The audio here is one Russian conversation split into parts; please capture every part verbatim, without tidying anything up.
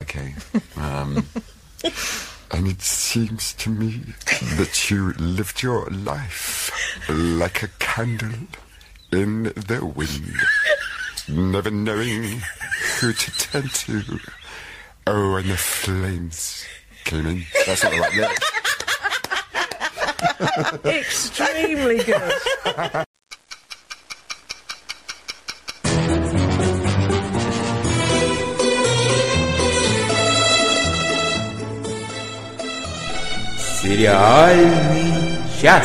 okay. Um, and it seems to me that you lived your life like a candle in the wind, never knowing who to turn to. Oh, and the flames came in. That's not the right lyrics. Extremely good. Сериальный час.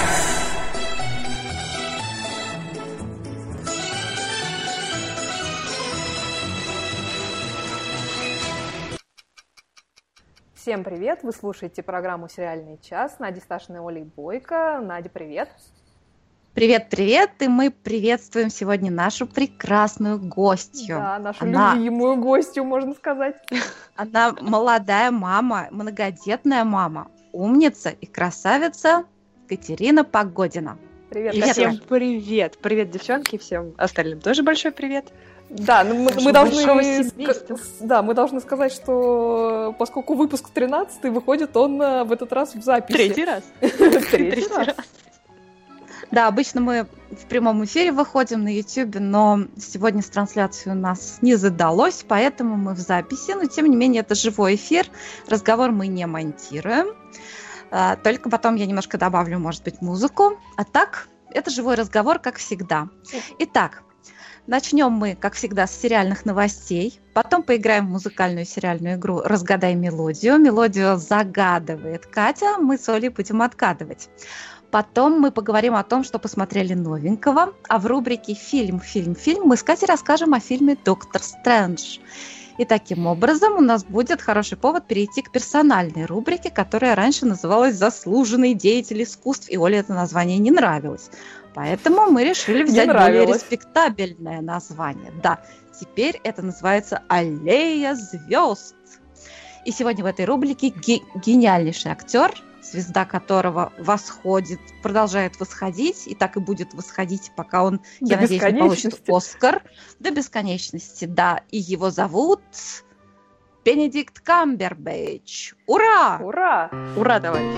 Всем привет! Вы слушаете программу «Сериальный час». Надя Сташина и Оля Бойко. Надя, привет! Привет-привет! И мы приветствуем сегодня нашу прекрасную гостью. Да, нашу Она... любимую гостью, можно сказать. Она молодая мама, многодетная мама, умница и красавица Катерина Погодина. Привет, Привет, Катя. всем привет! Привет, девчонки, всем остальным тоже большой привет. Да, ну мы, мы должны, да, мы должны сказать, что поскольку выпуск тринадцатый, выходит он в этот раз в записи. Третий раз. Третий раз. Да, обычно мы в прямом эфире выходим на YouTube, но сегодня с трансляцией у нас не задалось, поэтому мы в записи. Но, тем не менее, это живой эфир. Разговор мы не монтируем. Только потом я немножко добавлю, может быть, музыку. А так, это живой разговор, как всегда. Итак, начнем мы, как всегда, с сериальных новостей. Потом поиграем в музыкальную сериальную игру «Разгадай мелодию». Мелодию загадывает Катя, мы с Олей будем отгадывать. Потом мы поговорим о том, что посмотрели новенького. А в рубрике «Фильм, фильм, фильм» мы с Катей расскажем о фильме «Доктор Стрэндж». И таким образом у нас будет хороший повод перейти к персональной рубрике, которая раньше называлась «Заслуженный деятель искусств», и Оле это название не нравилось. Поэтому мы решили взять более респектабельное название. Да, теперь это называется «Аллея звезд». И сегодня в этой рубрике ге- гениальнейший актер, звезда которого восходит, продолжает восходить, и так и будет восходить, пока он, до я надеюсь, не получит Оскар. До бесконечности, да. И его зовут Бенедикт Камбербэтч. Ура! Ура! Ура, товарищи!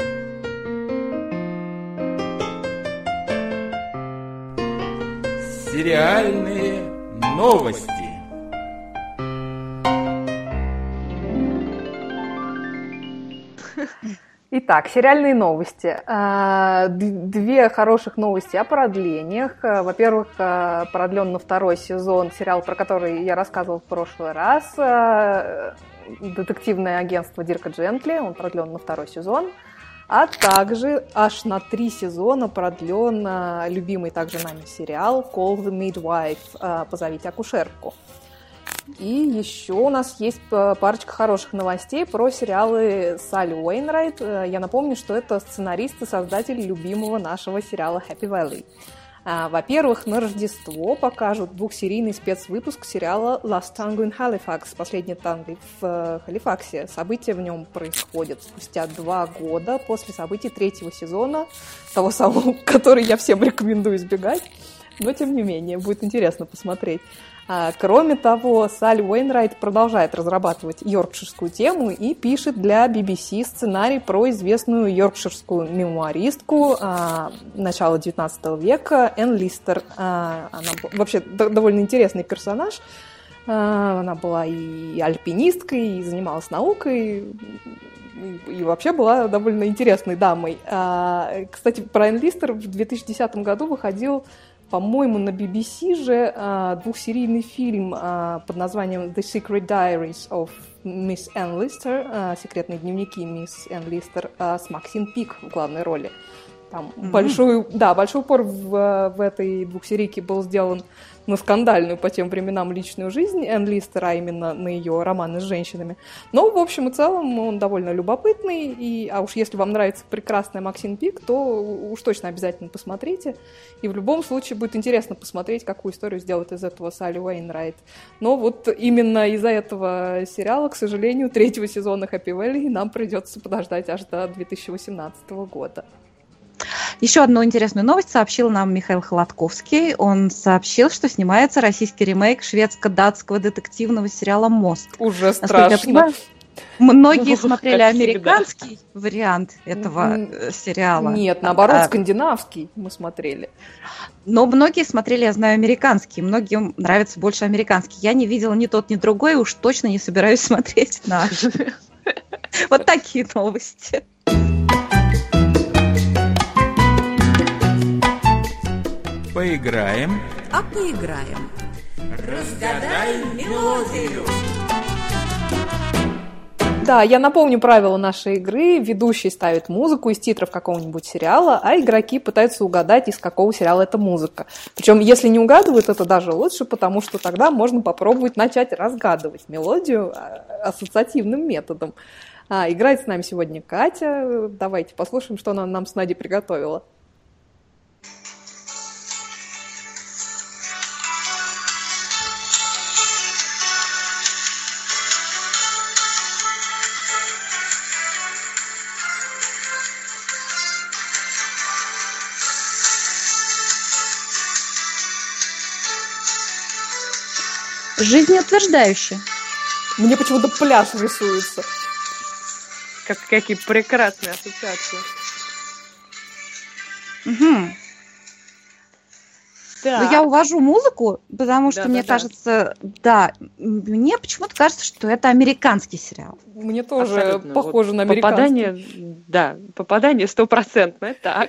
Сериальные новости. Итак, сериальные новости. Две хороших новости о продлениях. Во-первых, продлен на второй сезон сериал, про который я рассказывала в прошлый раз. Детективное агентство Дирка Джентли. Он продлен на второй сезон. А также аж на три сезона продлен любимый также нами сериал Call the Midwife. Позовите акушерку. И еще у нас есть парочка хороших новостей про сериалы Салли Уэйнрайт. Я напомню, что это сценарист и создатель любимого нашего сериала Happy Valley. Во-первых, на Рождество покажут двухсерийный спецвыпуск сериала Last Tango in Halifax, «Последний танго в Халифаксе». События в нем происходят спустя два года после событий третьего сезона, того самого, который я всем рекомендую избегать, но тем не менее, будет интересно посмотреть. Кроме того, Салли Уэйнрайт продолжает разрабатывать йоркширскую тему и пишет для би би си сценарий про известную йоркширскую мемуаристку а, начала девятнадцатого века Энн Листер. А, она вообще д- довольно интересный персонаж. А, она была и альпинисткой, и занималась наукой, и, и вообще была довольно интересной дамой. А, кстати, про Энн Листер в две тысячи десятом году выходил, по-моему, на би би си же а, двухсерийный фильм а, под названием The Secret Diaries of Miss Энн Листер, а, секретные дневники мисс Энн Листер, а, с Максин Пик в главной роли. Там mm-hmm. большой, да, большой упор в, в этой двухсерийке был сделан на скандальную по тем временам личную жизнь Энн Листер, а именно на ее романы с женщинами. Но, в общем и целом, он довольно любопытный, и, а уж если вам нравится прекрасная Максин Пик, то уж точно обязательно посмотрите. И в любом случае будет интересно посмотреть, какую историю сделает из этого Салли Уэйнрайт. Но вот именно из-за этого сериала, к сожалению, третьего сезона Happy Valley нам придется подождать аж до две тысячи восемнадцатого года. Еще одну интересную новость сообщил нам Михаил Холодковский. Он сообщил, что снимается российский ремейк шведско-датского детективного сериала «Мост». Уже Насколько страшно. я понимаю, многие Ну, смотрели как американский вариант этого М, э, сериала. Нет, наоборот, А, скандинавский мы смотрели. Но многие смотрели, я знаю, американский. Многим нравится больше американский. Я не видела ни тот, ни другой, и уж точно не собираюсь смотреть наш. Вот такие новости. Поиграем. А поиграем. Разгадай мелодию. Да, я напомню правила нашей игры. Ведущий ставит музыку из титров какого-нибудь сериала, а игроки пытаются угадать, из какого сериала эта музыка. Причем, если не угадывают, это даже лучше, потому что тогда можно попробовать начать разгадывать мелодию ассоциативным методом. А, играет с нами сегодня Катя. Давайте послушаем, что она нам с Надей приготовила. Жизнеутверждающее. Мне почему-то пляж рисуется. Как, какие прекрасные ассоциации. Мгм. Так. Но я увожу музыку, потому что Да, мне да, да. кажется, да, мне почему-то кажется, что это американский сериал. Мне тоже Абсолютно. похоже Вот на американский. попадание, да, попадание стопроцентное. Так.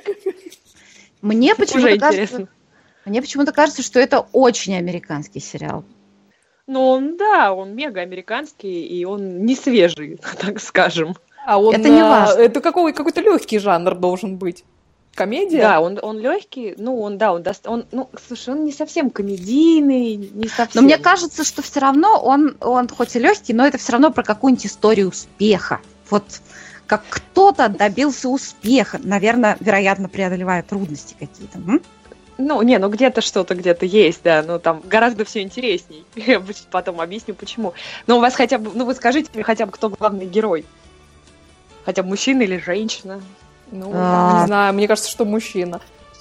Мне Уже почему-то кажется, интересно. мне почему-то кажется, что это очень американский сериал. Ну, он, да, он мега американский, и он не свежий, так скажем. А он, Это не а, важно. Это какой, какой-то легкий жанр должен быть. Комедия? Да, он, он легкий, ну, он, да, он, даст, он, ну, слушай, он не совсем комедийный, не совсем. Но мне кажется, что все равно он, он хоть и легкий, но это все равно про какую-нибудь историю успеха. Вот как кто-то добился успеха, наверное, вероятно, преодолевая трудности какие-то. М? Ну, не, ну где-то что-то где-то есть, да, но там гораздо все интересней. Я потом объясню, почему. Но у вас хотя бы, ну вы скажите мне хотя бы, кто главный герой? Хотя бы мужчина или женщина? Ну, А. не знаю, мне кажется, что мужчина.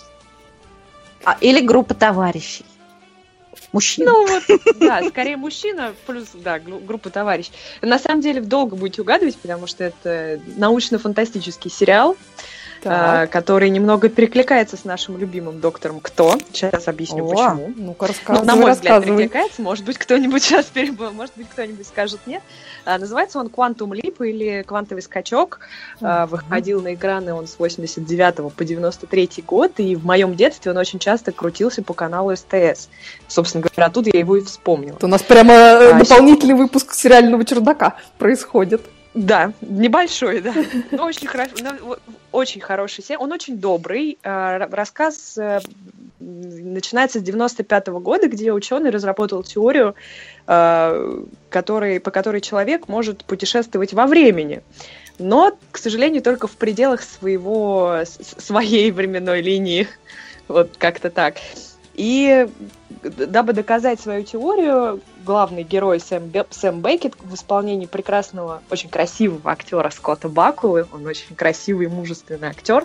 А, или группа товарищей. Мужчин. Ну вот, да, скорее мужчина, плюс, да, гру- группа товарищ. На самом деле долго будете угадывать, потому что это научно-фантастический сериал, а, Так. который немного перекликается с нашим любимым доктором Кто. Сейчас объясню, О. почему. Ну-ка, Ну, рассказывай, на мой взгляд, рассказывай. перекликается. Может быть, кто-нибудь сейчас перебыл, может быть, кто-нибудь скажет нет. А, называется он «Quantum Leap» или «Квантовый скачок». А, выходил на экраны он с восемьдесят девятого по девяносто третий год, и в моем детстве он очень часто крутился по каналу СТС. Собственно говоря, оттуда я его и вспомнила. У нас прямо э, А, дополнительный выпуск сериального чердака происходит. Да, небольшой, да. Но очень хорошо, но вот очень хороший сериал. Он очень добрый. А, ра- Рассказ э, м, начинается с девяносто пятого года, где ученый разработал теорию, а, который, по которой человек может путешествовать во времени. Но, к сожалению, только в пределах своего, с- с- своей временной линии. Вот как-то так. И д- дабы доказать свою теорию, главный герой Сэм, Бе- Сэм Беккет в исполнении прекрасного, очень красивого актера Скотта Бакуэлла, он очень красивый и мужественный актер,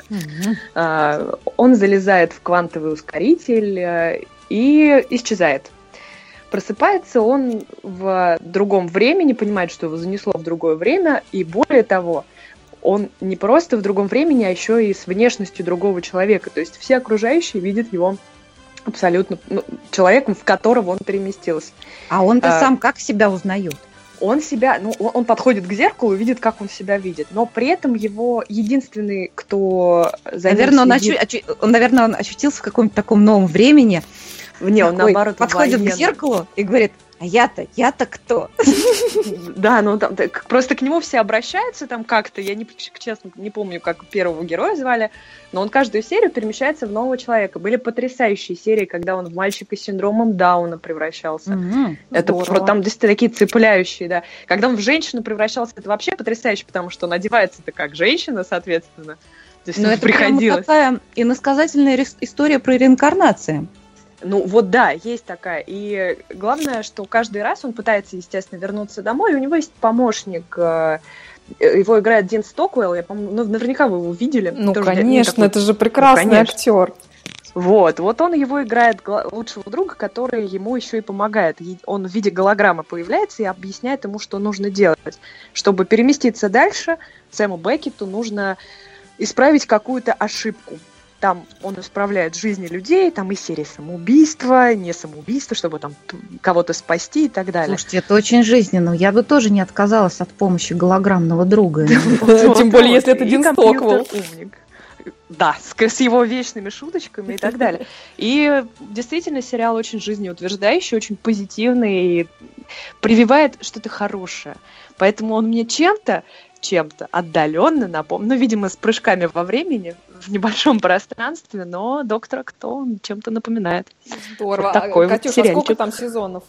а, он залезает в квантовый ускоритель а, и исчезает. Просыпается он в другом времени, понимает, что его занесло в другое время, и более того, он не просто в другом времени, а еще и с внешностью другого человека. То есть все окружающие видят его абсолютно ну, человеком, в которого он переместился. А он-то А. сам как себя узнает? Он себя, ну, он, он подходит к зеркалу и видит, как он себя видит. Но при этом его единственный, кто за ним Наверное, он, следит- очу- очу- он, наверное, он очутился в каком-то таком новом времени. Не, он Такой наоборот подходит военный. к зеркалу и говорит: а я-то, я-то кто? Да, ну там так, просто к нему все обращаются там как-то. Я не, честно не помню, как первого героя звали, но он каждую серию перемещается в нового человека. Были потрясающие серии, когда он в мальчика с синдромом Дауна превращался. М, Это Здорово. про- там действительно такие цепляющие, да. Когда он в женщину превращался, это вообще потрясающе, потому что он одевается-то как женщина, соответственно. То есть Ну, ему это прямо приходилось. такая иносказательная рес- история про реинкарнацию. Ну вот да, есть такая. И главное, что каждый раз он пытается, естественно, вернуться домой. И у него есть помощник, э, Его играет Дин Стоквелл, я помню, ну, наверняка вы его видели. Ну, Тоже, конечно, такой... это же прекрасный ну, конечно. актер. Вот, вот он его играет лучшего друга, который ему еще и помогает. Он в виде голограммы появляется и объясняет ему, что нужно делать. Чтобы переместиться дальше, Сэму Беккетту нужно исправить какую-то ошибку. Там он исправляет жизни людей, там и серии самоубийства, не самоубийства, чтобы там кого-то спасти и так далее. Слушайте, это очень жизненно. Я бы тоже не отказалась от помощи голограммного друга. Тем более, если это Дин Стоквелл. Да, с, с его вечными шуточками и так далее. И действительно сериал очень жизнеутверждающий, очень позитивный и прививает что-то хорошее. Поэтому он мне чем-то, чем-то отдаленно напомнил, ну, видимо, с прыжками во времени, в небольшом пространстве, но «Доктора Кто» он чем-то напоминает. Здорово. Вот такой а, вот Катюша, сериальчик. сколько там сезонов?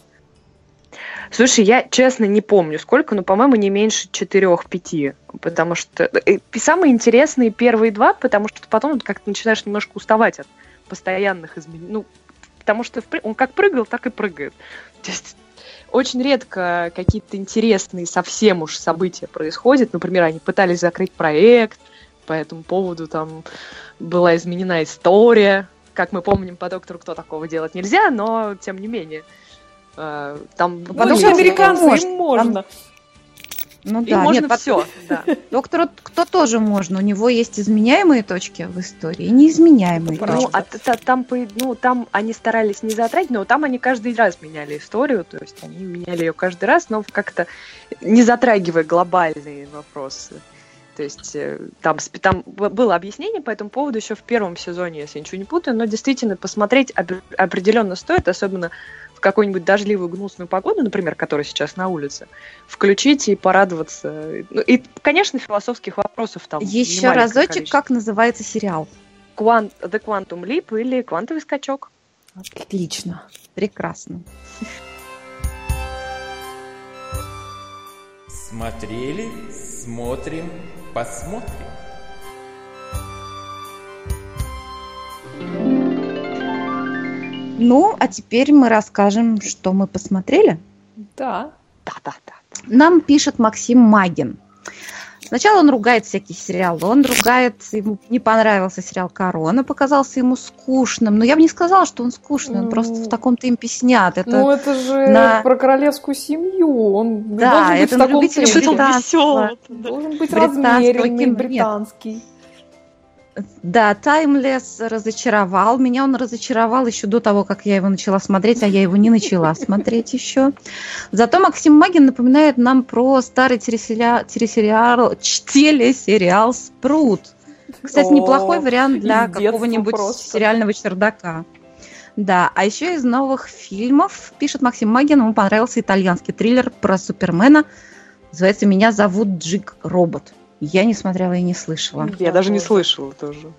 Слушай, я честно не помню сколько, но, по-моему, не меньше четырех-пяти, потому что... И самые интересные первые два, потому что потом как-то начинаешь немножко уставать от постоянных изменений. Ну, потому что он как прыгал, так и прыгает. То есть очень редко какие-то интересные совсем уж события происходят. Например, они пытались закрыть проект, по этому поводу там была изменена история. Как мы помним, по «Доктору Кто» такого делать нельзя, но тем не менее... Там, потому что американцы, им можно. Ну им да, можно нет, все. Да. Доктору Кто тоже можно. У него есть изменяемые точки в истории и неизменяемые. Ну, а там, ну, там они старались не затрагивать, но там они каждый раз меняли историю, то есть они меняли ее каждый раз, но как-то не затрагивая глобальные вопросы. То есть там, там было объяснение по этому поводу еще в первом сезоне, если я ничего не путаю, но действительно посмотреть определенно стоит, особенно в какую-нибудь дождливую гнусную погоду, например, которая сейчас на улице, включить и порадоваться. И, конечно, философских вопросов там. Еще разочек, количество. Как называется сериал? Quant, The Quantum Leap или «Квантовый скачок». Отлично. Прекрасно. Смотрели, смотрим, посмотрим. Ну, а теперь мы расскажем, что мы посмотрели. Да. Да, да, да. Нам пишет Максим Магин. Сначала он ругает всякие сериалы. Он ругает, ему не понравился сериал «Корона», показался ему скучным. Но я бы не сказала, что он скучный, он ну, просто в таком темпе снят. Это ну, это же на... про королевскую семью. Он да, должен быть это в таком темпе. Должен быть размеренный, британский. Да, «Таймлесс» разочаровал. Меня он разочаровал еще до того, как я его начала смотреть, а я его не начала смотреть еще. Зато Максим Магин напоминает нам про старый телесериал, телесериал, телесериал «Спрут». Кстати, О, неплохой вариант для какого-нибудь просто. Сериального чердака. Да, а еще из новых фильмов, пишет Максим Магин, ему понравился итальянский триллер про Супермена. Называется «Меня зовут Джик Робот». Я не смотрела и не слышала. Я даже не слышала тоже.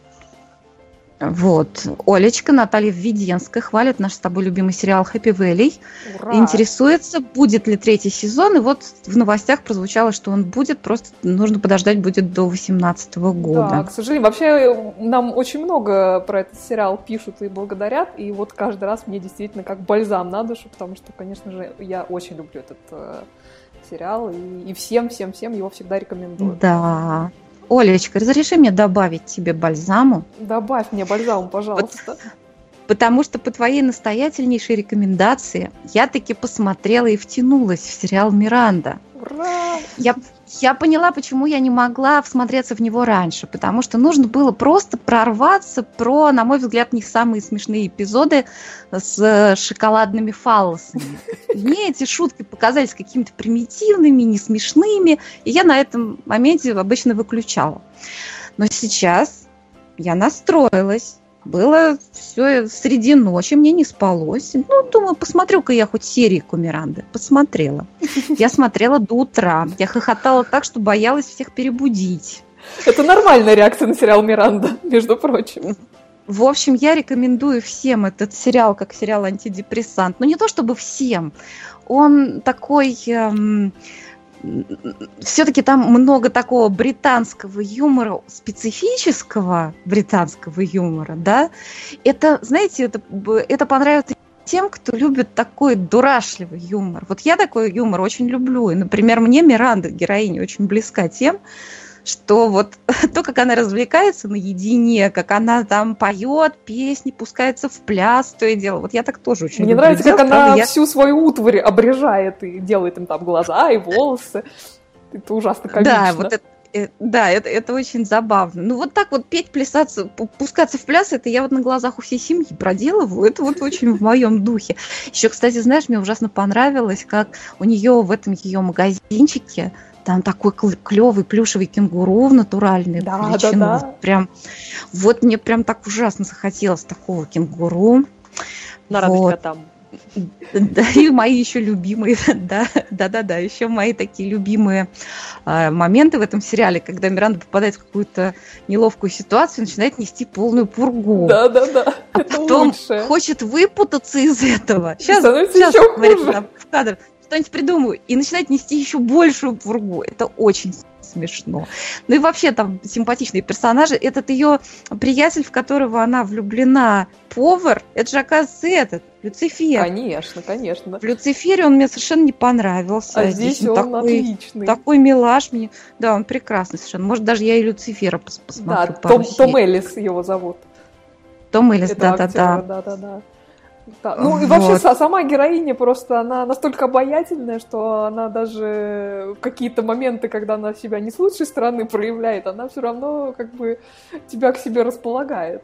Вот. Олечка, Наталья Введенская хвалит наш с тобой любимый сериал «Хэппи Вэлли». Интересуется, будет ли третий сезон. И вот в новостях прозвучало, что он будет, просто нужно подождать будет до восемнадцатого года. Да, к сожалению. Вообще нам очень много про этот сериал пишут и благодарят. И вот каждый раз мне действительно как бальзам на душу, потому что, конечно же, я очень люблю этот сериал, и, и всем, всем, всем его всегда рекомендую. Да. Олечка, разреши мне добавить тебе бальзаму? Добавь мне бальзаму, пожалуйста. Потому что по твоей настоятельнейшей рекомендации я таки посмотрела и втянулась в сериал «Миранда». Ура! Я, я поняла, почему я не могла всмотреться в него раньше, потому что нужно было просто прорваться про, на мой взгляд, не самые смешные эпизоды с шоколадными фаллосами. Мне эти шутки показались какими-то примитивными, не смешными, и я на этом моменте обычно выключала. Но сейчас я настроилась. Было все среди ночи, мне не спалось. Ну, думаю, посмотрю-ка я хоть серийку Миранды. Посмотрела. Я смотрела до утра. Я хохотала так, что боялась всех перебудить. Это нормальная реакция на сериал «Миранда», между прочим. В общем, я рекомендую всем этот сериал как сериал антидепрессант. Но не то чтобы всем. Он такой... Эм... все-таки там много такого британского юмора, специфического британского юмора, да. Это, знаете, это, это понравится тем, кто любит такой дурашливый юмор. Вот я такой юмор очень люблю. И, например, мне Миранда, героиня, очень близка тем, что вот то, как она развлекается наедине, как она там поет песни, пускается в пляс, то и дело. Вот я так тоже очень Мне люблю. нравится, делать, как она правда, я... всю свою утварь обрежает и делает им там глаза и волосы. Это ужасно комично. Да, вот это, э, да, это, это очень забавно. Ну вот так вот петь, плясаться, пускаться в пляс, это я вот на глазах у всей семьи проделываю. Это вот очень в моем духе. Еще, кстати, знаешь, мне ужасно понравилось, как у нее в этом ее магазинчике там такой клевый плюшевый кенгуру в натуральной да, величины. да, да. Вот, прям, вот мне прям так ужасно захотелось такого кенгуру. На радость вот. котам. Да, и мои еще любимые, да, да, да, да, еще мои такие любимые э, моменты в этом сериале, когда Миранда попадает в какую-то неловкую ситуацию, начинает нести полную пургу. Да, да, да. А это потом лучшее. хочет выпутаться из этого. Сейчас, Становится сейчас еще говорит, хуже. там, в кадр, что-нибудь придумаю, и начинает нести еще большую пургу. Это очень смешно. Ну и вообще там симпатичные персонажи. Этот ее приятель, в которого она влюблена, повар, это же, оказывается, этот, Люцифер. Конечно, конечно. В Люцифере он мне совершенно не понравился. А здесь он такой, отличный. такой милаш мне. Да, он прекрасный совершенно. Может, даже я и Люцифера пос- Да, посмотрю пару Том, серий. Том Эллис его зовут. Том Эллис, Это актера, да-да-да. да-да-да. Да. Ну и Вот. вообще са- сама героиня просто, она настолько обаятельная, что она даже в какие-то моменты, когда она себя не с лучшей стороны проявляет, она все равно как бы тебя к себе располагает.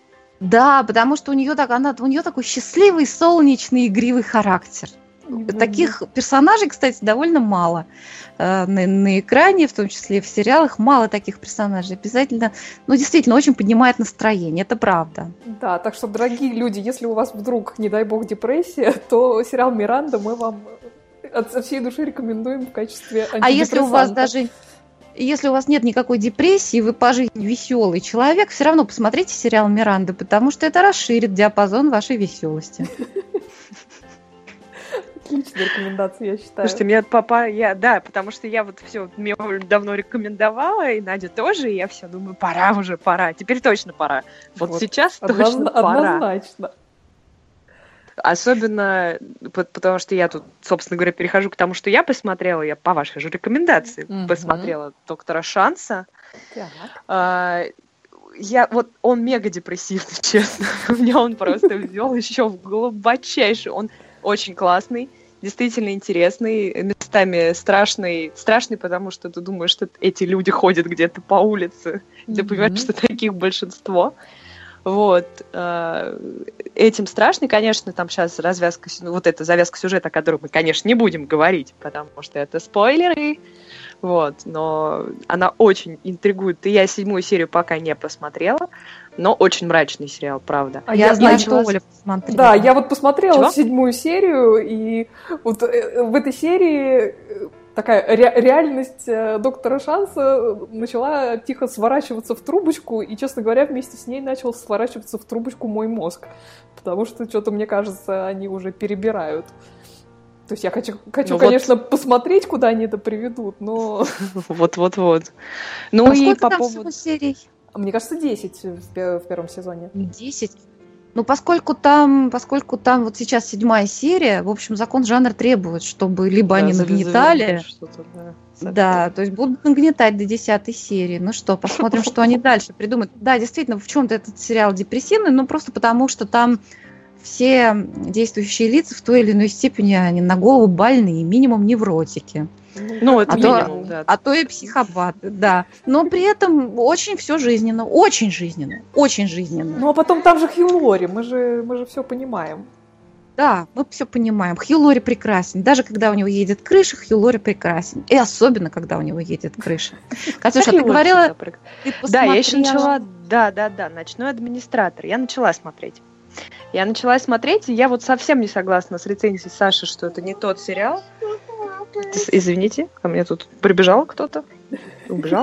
Да, потому что у нее так, она, у нее такой счастливый, солнечный, игривый характер. Mm-hmm. Таких персонажей, кстати, довольно мало э, на, на экране, в том числе в сериалах, мало таких персонажей. Обязательно, ну, действительно, очень поднимает настроение, это правда. Да, так что, дорогие люди, если у вас вдруг, не дай бог, депрессия, то сериал «Миранда» мы вам от, от всей души рекомендуем в качестве антидепрессанта. А если у вас даже... Если у вас нет никакой депрессии, вы по жизни веселый человек, все равно посмотрите сериал «Миранда», потому что это расширит диапазон вашей веселости. Отличная рекомендация, я считаю. Слушайте, мне папа, я, да, потому что я вот все мне давно рекомендовала, и Надя тоже, и я все думаю, пора уже, пора, теперь точно пора. Вот, вот сейчас одноз... точно пора. Однозначно. Особенно, потому что я тут, собственно говоря, перехожу к тому, что я посмотрела, я по вашей же рекомендации mm-hmm. посмотрела «Доктора Шанса». А, я, вот он мега депрессивный, честно. Меня он просто ввел еще в глубочайший. Он очень классный, действительно интересный, местами страшный. Страшный, потому что ты думаешь, что эти люди ходят где-то по улице, mm-hmm. ты понимаешь, что таких большинство. Вот. Этим страшный, конечно, там сейчас развязка, вот эта завязка сюжета, о которой мы, конечно, не будем говорить, потому что это спойлеры, вот, но она очень интригует. И я седьмую серию пока не посмотрела, но очень мрачный сериал, правда. А я, я знаю, начала... что Оля посмотрела. Да, я вот посмотрела Чего? седьмую серию, и вот в этой серии такая ре- реальность доктора Шанса начала тихо сворачиваться в трубочку, и, честно говоря, вместе с ней начал сворачиваться в трубочку мой мозг, потому что что-то, мне кажется, они уже перебирают. То есть я хочу, хочу ну конечно, вот... посмотреть, куда они это приведут, но... Вот-вот-вот. Ну а и сколько по там поводу... всего серий? Мне кажется, десять в первом сезоне. десять? Ну, поскольку там, поскольку там вот сейчас седьмая серия, в общем, закон жанра требует, чтобы либо Да, они нагнетали, да, да, то есть будут нагнетать до десятой серии. Ну что, посмотрим, что они дальше придумают. Да, действительно, в чем-то этот сериал депрессивный, но просто потому, что там все действующие лица в той или иной степени они на голову больные, минимум невротики. Ну, это а, минимум, то, да. а то и психопаты, да. Но при этом очень все жизненно, очень жизненно, очень жизненно. Ну, а потом там же Хью Лори, мы же, мы же все понимаем. Да, мы все понимаем. Хью Лори прекрасен. Даже когда у него едет крыша, Хью Лори прекрасен. И особенно, когда у него едет крыша. Катюша, ты говорила... Да, я еще начала... Да, да, да, «Ночной администратор». Я начала смотреть. Я начала смотреть, и я вот совсем не согласна с рецензией Саши, что это не тот сериал. Извините, ко мне тут прибежал кто-то. Убежал.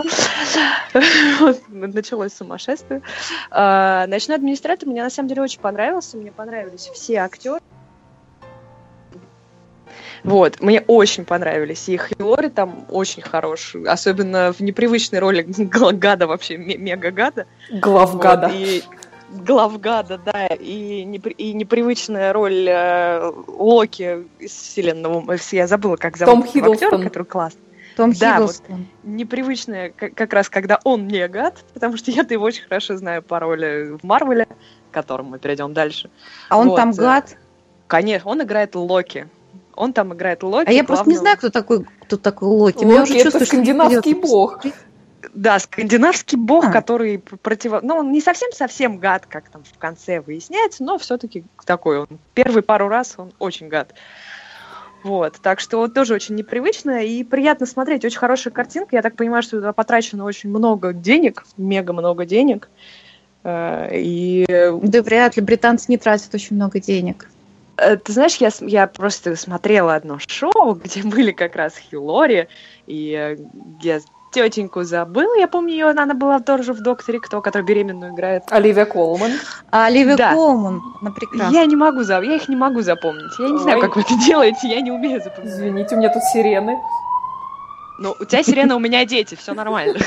Началось сумасшествие. «Ночной администратор» мне на самом деле очень понравился. Мне понравились все актеры. Вот, мне очень понравились. И Хью Лори там очень хорош. Особенно в непривычной роли гада вообще, мега-гада. Главгада. Вот, и... главгада, да, и, непри- и непривычная роль э, Локи из вселенного, я забыла, как зовут Том этого актера, Хиддлстон. который классный. Том Да, вот. Хиддлстон. Непривычная, как, как раз когда он не гад, потому что я-то его очень хорошо знаю по роли в Марвеле, к которому мы перейдем дальше. А он Вот, там э, гад. Конечно, он играет Локи. Он там играет Локи. А я просто не главного- знаю, кто такой, кто такой Локи. Мне Локи уже — это чувствую, что скандинавский придётся бог. посмотреть. Да, скандинавский бог, А. который против... Ну, он не совсем-совсем гад, как там в конце выясняется, но все-таки такой он. Первые пару раз он очень гад. Вот, так что вот тоже очень непривычно и приятно смотреть. Очень хорошая картинка. Я так понимаю, что туда потрачено очень много денег, мега много денег. Э, И Да вряд ли, британцы не тратят очень много денег. э, ты знаешь, я, с- я просто смотрела одно шоу, где были как раз Хью Лори, и э, я тетеньку забыла. Я помню, ее, она была тоже в «Докторе Кто», которая беременную играет. Оливия Колман. А Оливия Да. Колман, она прекрасна. Я не могу за, я их не могу запомнить. Я не знаю, Ой. как вы это делаете, я не умею запоминать. Извините, у меня тут сирены. Ну, у тебя сирена, у меня дети, все нормально.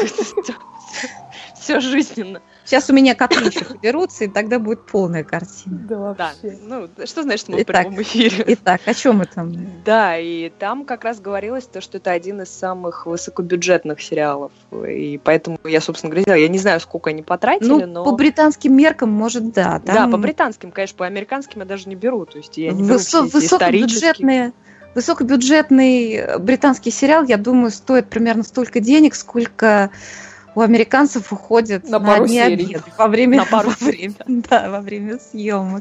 Все жизненно. Сейчас у меня коты еще соберутся, и тогда будет полная картина. Да, Да. вообще. Ну, что значит мы в Итак. прямом эфире? Итак, о чем мы там? Да, и там как раз говорилось то, что это один из самых высокобюджетных сериалов. И поэтому я, собственно говоря, я не знаю, сколько они потратили, Ну, но... по британским меркам, может, да. Да, Там по британским, конечно, по американским я даже не беру. То есть я не беру высо- все эти исторические. высокобюджетные- Высокобюджетный британский сериал, я думаю, стоит примерно столько денег, сколько у американцев уходит На на, пару одни серий. обеды во время, На пару во время, да, во время съемок.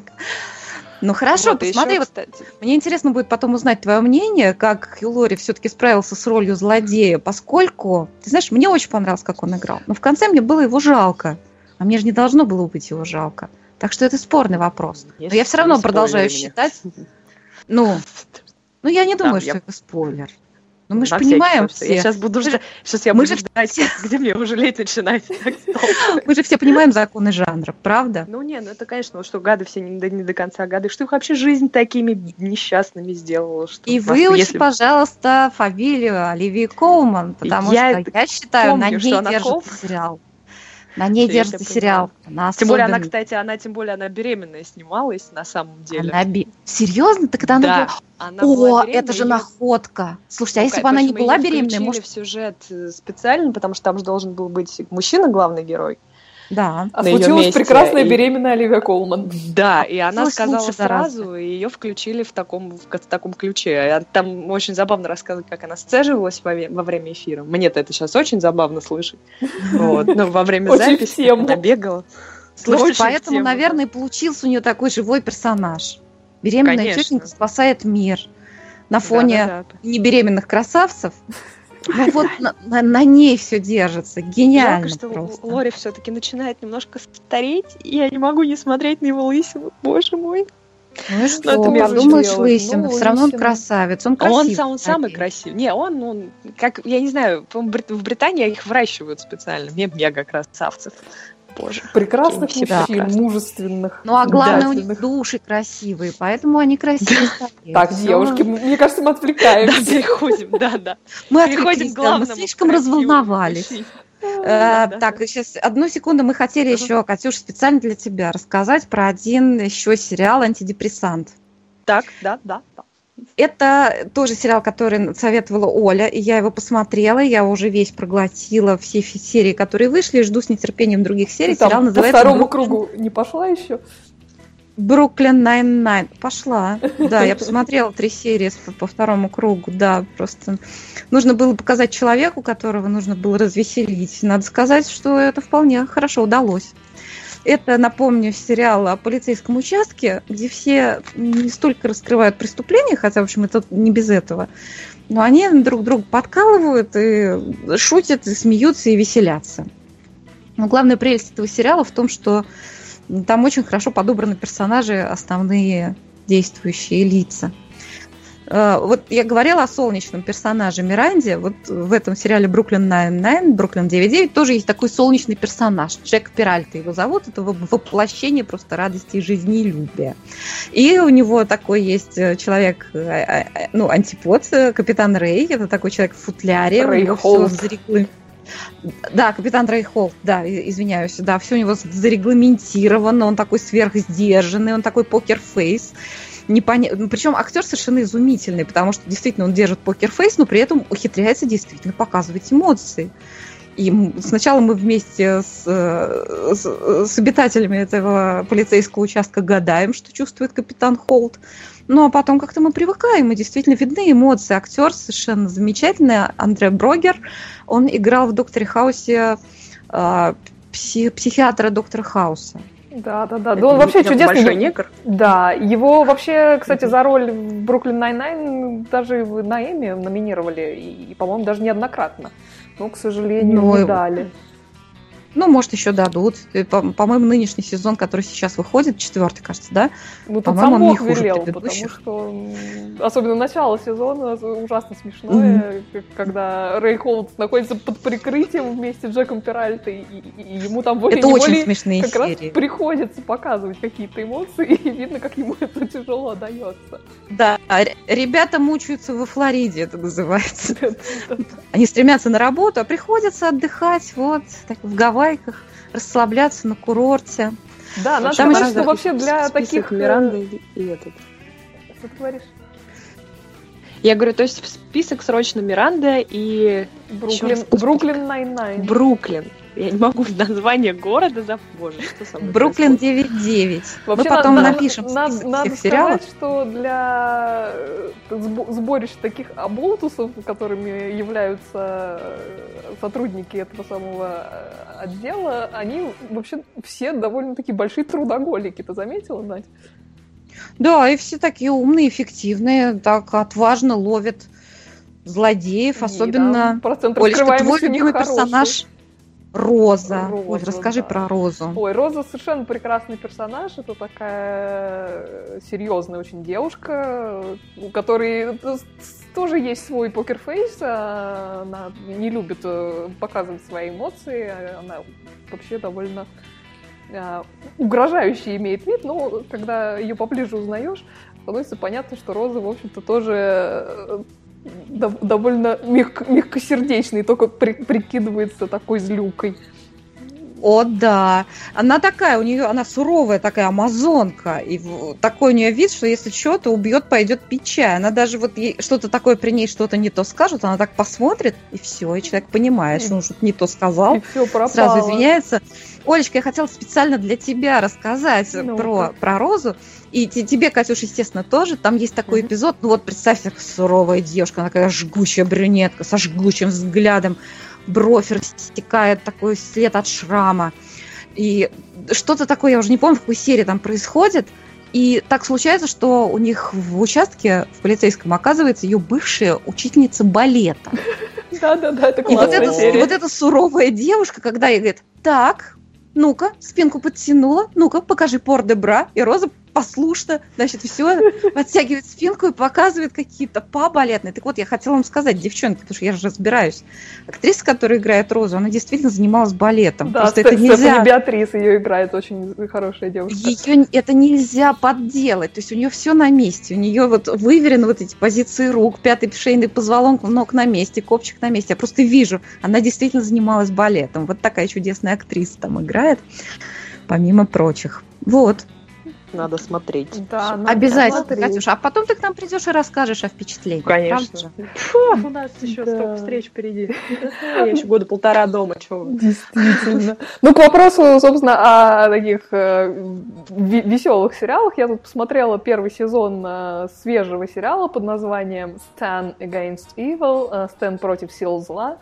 Ну хорошо, Вот, и посмотри, ещё, вот кстати, мне интересно будет потом узнать твое мнение, как Хью Лори все-таки справился с ролью злодея, поскольку, ты знаешь, мне очень понравилось, как он играл, но в конце мне было его жалко, а мне же не должно было быть его жалко. Так что это спорный вопрос. Но я все равно не продолжаю спойлери мне. считать, ну, ну я не думаю, Да, что я- это спойлер. Но мы же На всякий понимаем случай. Я все, сейчас буду ждать, сейчас я мы буду же ждать, как- где мне его жалеть начинать. Так, стоп. мы же все понимаем законы жанра, правда? Ну не, ну это, конечно, вот что гады все не до, не до конца гады, что их вообще жизнь такими несчастными сделала. Что И нас- выучи, если- пожалуйста, фамилию Оливии Колман, потому Я что я считаю, помню, на ней что она держится Колман. сериал. На ней Я тебя держится поняла. сериал. Она Тем более она, особенная. кстати, она тем более она беременная снималась на самом деле. Она би- Серьезно? Так это она Да, была... она была О, беременна, это же её- находка. Слушайте, а Ну, если ка- бы она не причем была её беременной, включили может... в сюжет э, специально, потому что там же должен был быть мужчина главный герой. Да. А на её случилась месте, прекрасная и- беременная Оливия Колман. Да, и она Случилось сказала лучше гораздо. сразу, и ее включили в таком, в, ка- в таком ключе. А Там очень забавно рассказывать, как она сцеживалась во, ве- во время эфира. Мне-то это сейчас очень забавно слышать. Вот. Но во время Очень записи в тему. она бегала. Слушайте, Очень в поэтому, тему, да. наверное, и получился у нее такой живой персонаж. Беременная Конечно. тетенька спасает мир. На фоне Да-да-да. небеременных красавцев. Ну вот на, на- на ней все держится. Гениально Жалко, что просто. Лори все-таки начинает немножко стареть, и я не могу не смотреть на его лысину. Боже мой. Ну и что, это между подумаешь, делом. лысина. Ну, Все равно он лысина. красавец. Он А красивый. он, сам, он самый кстати. красивый. Не, он, он, как, я не знаю, по-моему, Брит- в Британии их выращивают специально. Ме- Мега красавцев. Боже. Прекрасных Какие мужчин, прекрасные. мужественных. Ну а главное, у удательных. них души красивые, поэтому они красивые стали. Так, Всё. девушки, м- мне кажется, мы Да, отвлекаемся. переходим, да, да. Мы Переходим отвлеклись, к да, мы главному. слишком красивому разволновались. мужчине. Э, Да, да, Так, да. сейчас одну секунду. Мы хотели Ага. еще, Катюш, специально для тебя рассказать про один еще сериал «Антидепрессант». Так, да, да, да. Это тоже сериал, который советовала Оля, и я его посмотрела, я уже весь проглотила, все фи- серии, которые вышли, и жду с нетерпением других серий. Ты там Сериал по называется второму «Брук- кругу не пошла еще? «Бруклин Найн-Найн». Пошла. Да, я посмотрела три серии с- по второму кругу, да, просто нужно было показать человеку, которого нужно было развеселить. Надо сказать, что это вполне хорошо удалось. Это, напомню, сериал о полицейском участке, где все не столько раскрывают преступления, хотя, в общем, это не без этого, но они друг друга подкалывают и шутят, и смеются, и веселятся. Но главная прелесть этого сериала в том, что там очень хорошо подобраны персонажи, основные действующие лица. Э, Вот я говорила о солнечном персонаже Миранде. Вот в этом сериале «Бруклин Найн-Найн», «Бруклин девять девять» тоже есть такой солнечный персонаж. Джек Перальта его зовут. Это воплощение просто радости и жизнелюбия. И у него такой есть э, человек, э, э, ну, антипод, э, капитан Рэй. Это такой человек в футляре. У Рэй него Холт. все зарегулировано. Да, капитан Дрейхолд, да, извиняюсь, да, все у него зарегламентировано, он такой сверхсдержанный, он такой покерфейс. Непоня... Причем актер совершенно изумительный, потому что действительно он держит покерфейс, но при этом ухитряется действительно показывать эмоции. И сначала мы вместе с, с, с обитателями этого полицейского участка гадаем, что чувствует капитан Холд. Ну, а потом как-то мы привыкаем, и действительно видны эмоции. Актер совершенно замечательный, Андре Брогер. Он играл в «Докторе Хаусе» э, пси, психиатра доктора Хауса. Да, да, да. Да, он вообще чудесный. Большой негр. Да, его вообще, кстати, за роль в «Бруклин Найн-Найн» даже на Эмми номинировали, и, по-моему, даже неоднократно. Но, к сожалению, ну, не дали. Ну, может, еще дадут. По- по-моему, нынешний сезон, который сейчас выходит, четвертый, кажется, да? Ну, тут сам Бог велел, потому что особенно начало сезона ужасно смешное, mm-hmm. когда Рэй Холд находится под прикрытием вместе с Джеком Перальтой, и, и ему там волей-неволей как серии. Раз приходится показывать какие-то эмоции, и видно, как ему это тяжело дается. Да, ребята мучаются во Флориде, это называется. Они стремятся на работу, а приходится отдыхать вот так, в Гавайи, расслабляться на курорте. Да, надо сказать, что вообще для таких... Миранды и, и этот. Что ты говоришь? Я говорю, то есть в список срочно Миранда и... Бруклин, Бруклин Найн-Найн. Бруклин. Я не могу название города за... Боже, что со мной Бруклин девять девять. Вообще, мы потом надо, напишем надо, список надо всех сериалов. Сказать, что для сборища таких оболтусов, которыми являются сотрудники этого самого отдела, они вообще все довольно-таки большие трудоголики. Ты заметила, Надь? Да, и все такие умные, эффективные, так отважно ловят злодеев, особенно... Да, Олечка, твой любимый персонаж... Роза. Роза. Ой, расскажи да. про Розу. Ой, Роза совершенно прекрасный персонаж. Это такая серьезная очень девушка, у которой тоже есть свой покерфейс. Она не любит показывать свои эмоции. Она вообще довольно угрожающий имеет вид, но когда ее поближе узнаешь, становится понятно, что Роза, в общем-то, тоже... довольно мягко, мягкосердечный, только при, прикидывается такой злюкой. О, да. Она такая, у нее, она суровая такая амазонка. И такой у нее вид, что если что-то убьет, пойдет пить чай. Она даже вот ей что-то такое при ней что-то не то скажет, она так посмотрит, и все, и человек понимает, что он что-то не то сказал. И все пропало. Сразу извиняется. Олечка, я хотела специально для тебя рассказать ну, про, про Розу. И тебе, Катюш, естественно, тоже. Там есть такой mm-hmm. эпизод. Ну вот представьте, суровая девушка, она такая жгучая брюнетка со жгучим взглядом. Бровь растекает, такой след от шрама. И что-то такое, я уже не помню, в какой серии там происходит. И так случается, что у них в участке, в полицейском, оказывается ее бывшая учительница балета. Да-да-да, это классная серия. И вот эта суровая девушка, когда ей говорит, так, ну-ка, спинку подтянула, ну-ка, покажи пор-де-бра. И Роза послушно, значит, все подтягивает спинку и показывает какие-то па балетные. Так вот, я хотела вам сказать, девчонки, потому что я же разбираюсь. Актриса, которая играет Розу, она действительно занималась балетом. Да, просто это нельзя... Стефани Беатрис ее играет, очень хорошая девушка. Ее это нельзя подделать, то есть у нее все на месте, у нее вот выверены вот эти позиции рук, пятый шейный позвонок, ног на месте, копчик на месте. Я просто вижу, она действительно занималась балетом. Вот такая чудесная актриса там играет, помимо прочих. Вот. Надо смотреть. Да, надо обязательно, смотреть. Катюша. А потом ты к нам придешь и расскажешь о впечатлениях. Конечно. Фу, у нас еще да. столько встреч впереди. Я еще года полтора дома. Чего вы? Действительно. Ну, к вопросу, собственно, о таких э, веселых сериалах. Я тут посмотрела первый сезон э, свежего сериала под названием Stan Against Evil. Э, Стэн против сил зла.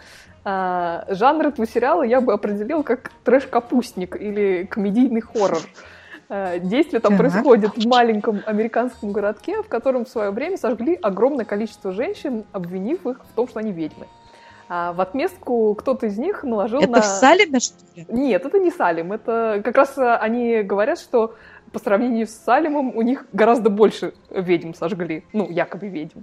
Э, жанр этого сериала я бы определил как трэш-капустник или комедийный хоррор. Действие там так. происходит в маленьком американском городке, в котором в свое время сожгли огромное количество женщин, обвинив их в том, что они ведьмы. А в отместку кто-то из них наложил это на... Это в Салеме, что ли? Нет, это не Салем. Это как раз они говорят, что по сравнению с Салемом у них гораздо больше ведьм сожгли. Ну, якобы ведьм.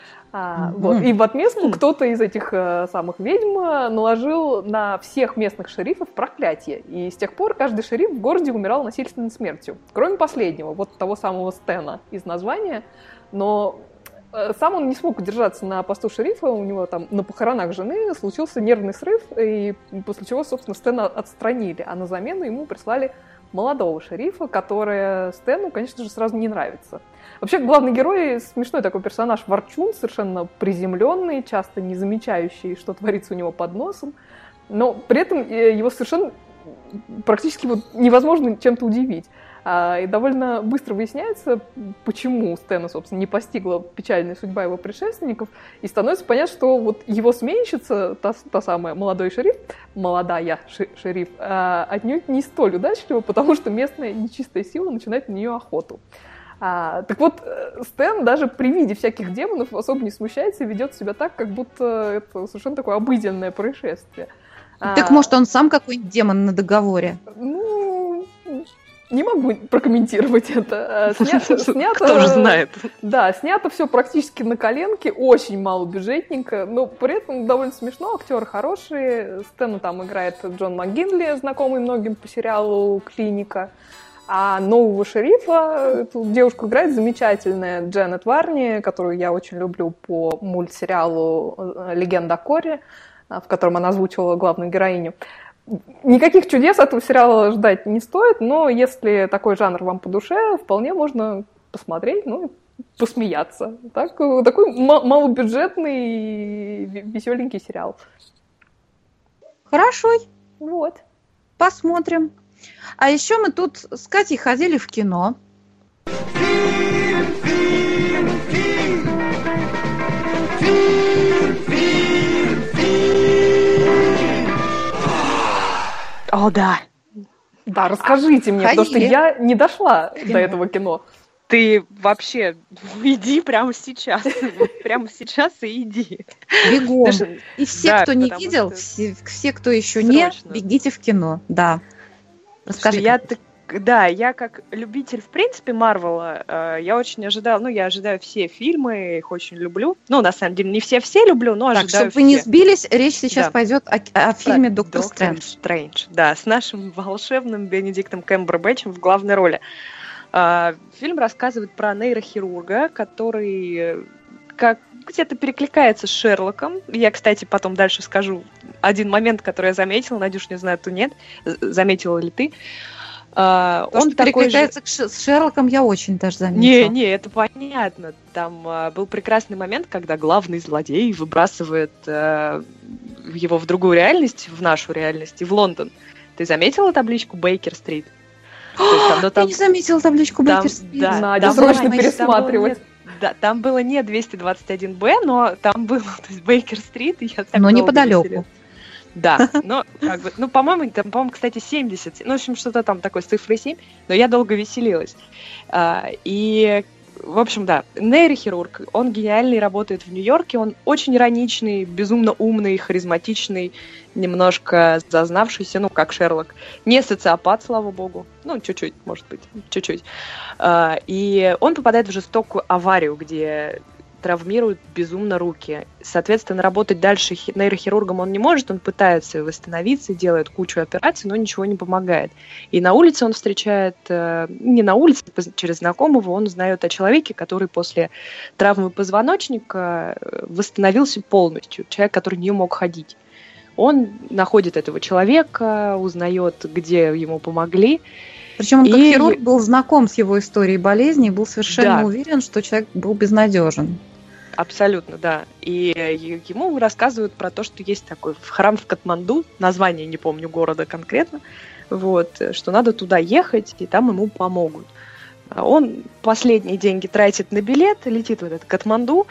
А, mm-hmm. вот. И в отместку mm-hmm. кто-то из этих э, самых ведьм наложил на всех местных шерифов проклятие. И с тех пор каждый шериф в городе умирал насильственной смертью. Кроме последнего, вот того самого Стэна из названия. Но сам он не смог удержаться на посту шерифа, у него там на похоронах жены случился нервный срыв, и после чего, собственно, Стэна отстранили, а на замену ему прислали молодого шерифа, который Стэну, конечно же, сразу не нравится. Вообще, главный герой смешной такой персонаж, ворчун, совершенно приземленный, часто не замечающий, что творится у него под носом, но при этом его совершенно практически вот невозможно чем-то удивить. И довольно быстро выясняется, почему Стэна, собственно, не постигла печальная судьба его предшественников, и становится понятно, что вот его сменщица, та, та самая молодой шериф, молодая шериф, отнюдь не столь удачлива, потому что местная нечистая сила начинает на нее охоту. А, так вот, Стэн даже при виде всяких демонов особо не смущается и ведет себя так, как будто это совершенно такое обыденное происшествие. Так, а, может, он сам какой-нибудь демон на договоре? Ну... Не могу прокомментировать это. Снято, снято, Кто же знает. Да, снято все практически на коленке, очень малобюджетненько, но при этом довольно смешно, актеры хорошие. Стэна там играет Джон МакГинли, знакомый многим по сериалу «Клиника». А нового шерифа, эту девушку играет замечательная Дженнет Варни, которую я очень люблю по мультсериалу «Легенда о Корре», в котором она озвучивала главную героиню. Никаких чудес от этого сериала ждать не стоит, но если такой жанр вам по душе, вполне можно посмотреть, ну, и посмеяться. Так, такой малобюджетный, веселенький сериал. Хорошо. Вот. Посмотрим. А еще мы тут с Катей ходили в кино. О, да. Да, расскажите мне, Ходили. Потому что я не дошла кино. до этого кино. Ты вообще иди прямо сейчас. Вот прямо сейчас и иди. Бегом. Даже... И все, да, кто не потому видел, что... все, все, кто еще Срочно. не, бегите в кино. Да. Расскажи. Я так, да, я как любитель, в принципе, Марвела, э, я очень ожидала, ну, я ожидаю все фильмы, их очень люблю. Ну, на самом деле, не все-все люблю, но Так, ожидаю чтобы все. вы не сбились, речь сейчас Да. пойдет о, о фильме Про «Доктор, Доктор Стрэндж». Стрэндж. Да, с нашим волшебным Бенедиктом Камбербэтчем в главной роли. А, фильм рассказывает про нейрохирурга, который как где-то перекликается с Шерлоком. Я, кстати, потом дальше скажу один момент, который я заметила. Надюш, не знаю, ты нет. Заметила ли ты? Uh, То, он что такой перекликается же... с Шерлоком, я очень даже заметила. Не, не, это понятно. Там uh, был прекрасный момент, когда главный злодей выбрасывает uh, его в другую реальность, в нашу реальность, и в Лондон. Ты заметила табличку Бейкер-стрит? Я там... не заметила табличку Бейкер-стрит. Да, Надя, срочно было, пересматривать. Там было, да, там было не двести двадцать один бэ, но там было, то есть Бейкер-стрит, и я так Но неподалеку. Да, но, как бы, ну, по-моему, там, по-моему, кстати, семьдесят, ну, в общем, что-то там такое с цифрой семь, но я долго веселилась. А, и, в общем, да, нейрохирург, он гениальный, работает в Нью-Йорке, он очень ироничный, безумно умный, харизматичный, немножко зазнавшийся, ну, как Шерлок. Не социопат, слава богу, ну, чуть-чуть, может быть, чуть-чуть. А, и он попадает в жестокую аварию, где... травмируют безумно руки. Соответственно, работать дальше нейрохирургом он не может, он пытается восстановиться, делает кучу операций, но ничего не помогает. И на улице он встречает, не на улице, через знакомого, он узнает о человеке, который после травмы позвоночника восстановился полностью, человек, который не мог ходить. Он находит этого человека, узнает, где ему помогли. Причем он как и... хирург был знаком с его историей болезни и был совершенно да. уверен, что человек был безнадежен. Абсолютно, да. И ему рассказывают про то, что есть такой храм в Катманду, название не помню города конкретно, вот, что надо туда ехать, и там ему помогут. Он последние деньги тратит на билет, летит в этот Катманду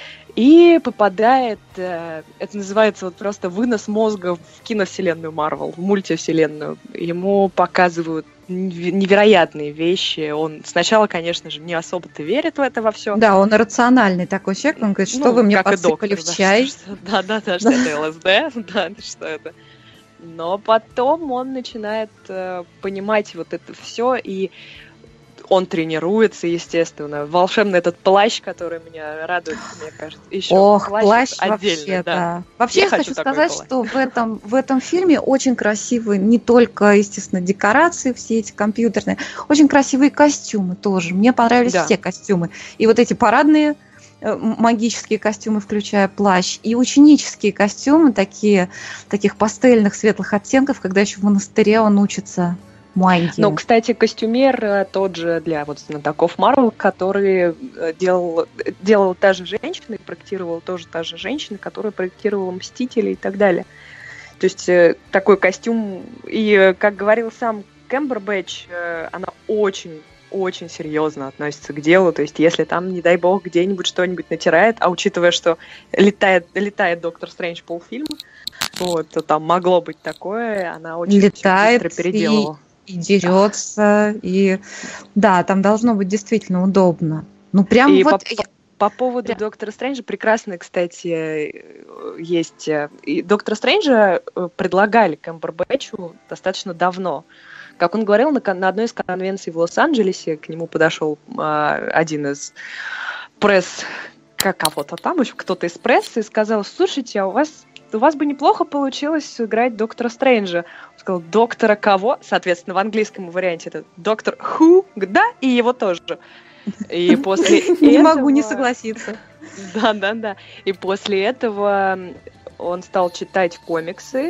и попадает, это называется вот просто вынос мозга в киновселенную Марвел, в мультивселенную. Ему показывают невероятные вещи. Он сначала, конечно же, не особо-то верит в это во все. Да, он рациональный такой человек. Он говорит, что ну, вы мне доктор, подсыпали в чай. Да-да-да, что это ЛСД, да, что это. Но потом он начинает э, понимать вот это все, и он тренируется, естественно. Волшебный этот плащ, который меня радует, мне кажется. Еще Ох, плащ, плащ отдельно, вообще, да. да. Вообще я, я хочу сказать, плащ. что в этом, в этом фильме очень красивые, не только, естественно, декорации все эти компьютерные, очень красивые костюмы тоже. Мне понравились да. все костюмы. И вот эти парадные магические костюмы, включая плащ, и ученические костюмы, такие, таких пастельных светлых оттенков, когда еще в монастыре он учится магии. Ну, кстати, костюмер тот же для вот знатоков Марвел, который делал, делал та же женщина, и проектировал тоже та же женщина, которая проектировала Мстителей и так далее. То есть такой костюм, и, как говорил сам Кэмбербэтч, она очень очень серьезно относится к делу, то есть если там, не дай бог, где-нибудь что-нибудь натирает, а учитывая, что летает, летает Доктор Стрэндж полфильма, вот, то там могло быть такое, она очень, летает очень быстро переделала. И, и дерется, и да, там должно быть действительно удобно. Ну, прям и вот... По, по поводу прям... Доктора Стрэнджа прекрасно, кстати, есть... И Доктора Стрэнджа предлагали Кэмбербэтчу достаточно давно. Как он говорил, на, на одной из конвенций в Лос-Анджелесе к нему подошел а, один из пресс, как кого-то там, в общем, кто-то из прессы, и сказал: слушайте, а у вас, у вас бы неплохо получилось сыграть Доктора Стрэнджа. Он сказал: доктора кого? Соответственно, в английском варианте это доктор Who, да, и его тоже. И после этого... Не могу не согласиться. Да-да-да. И после этого он стал читать комиксы,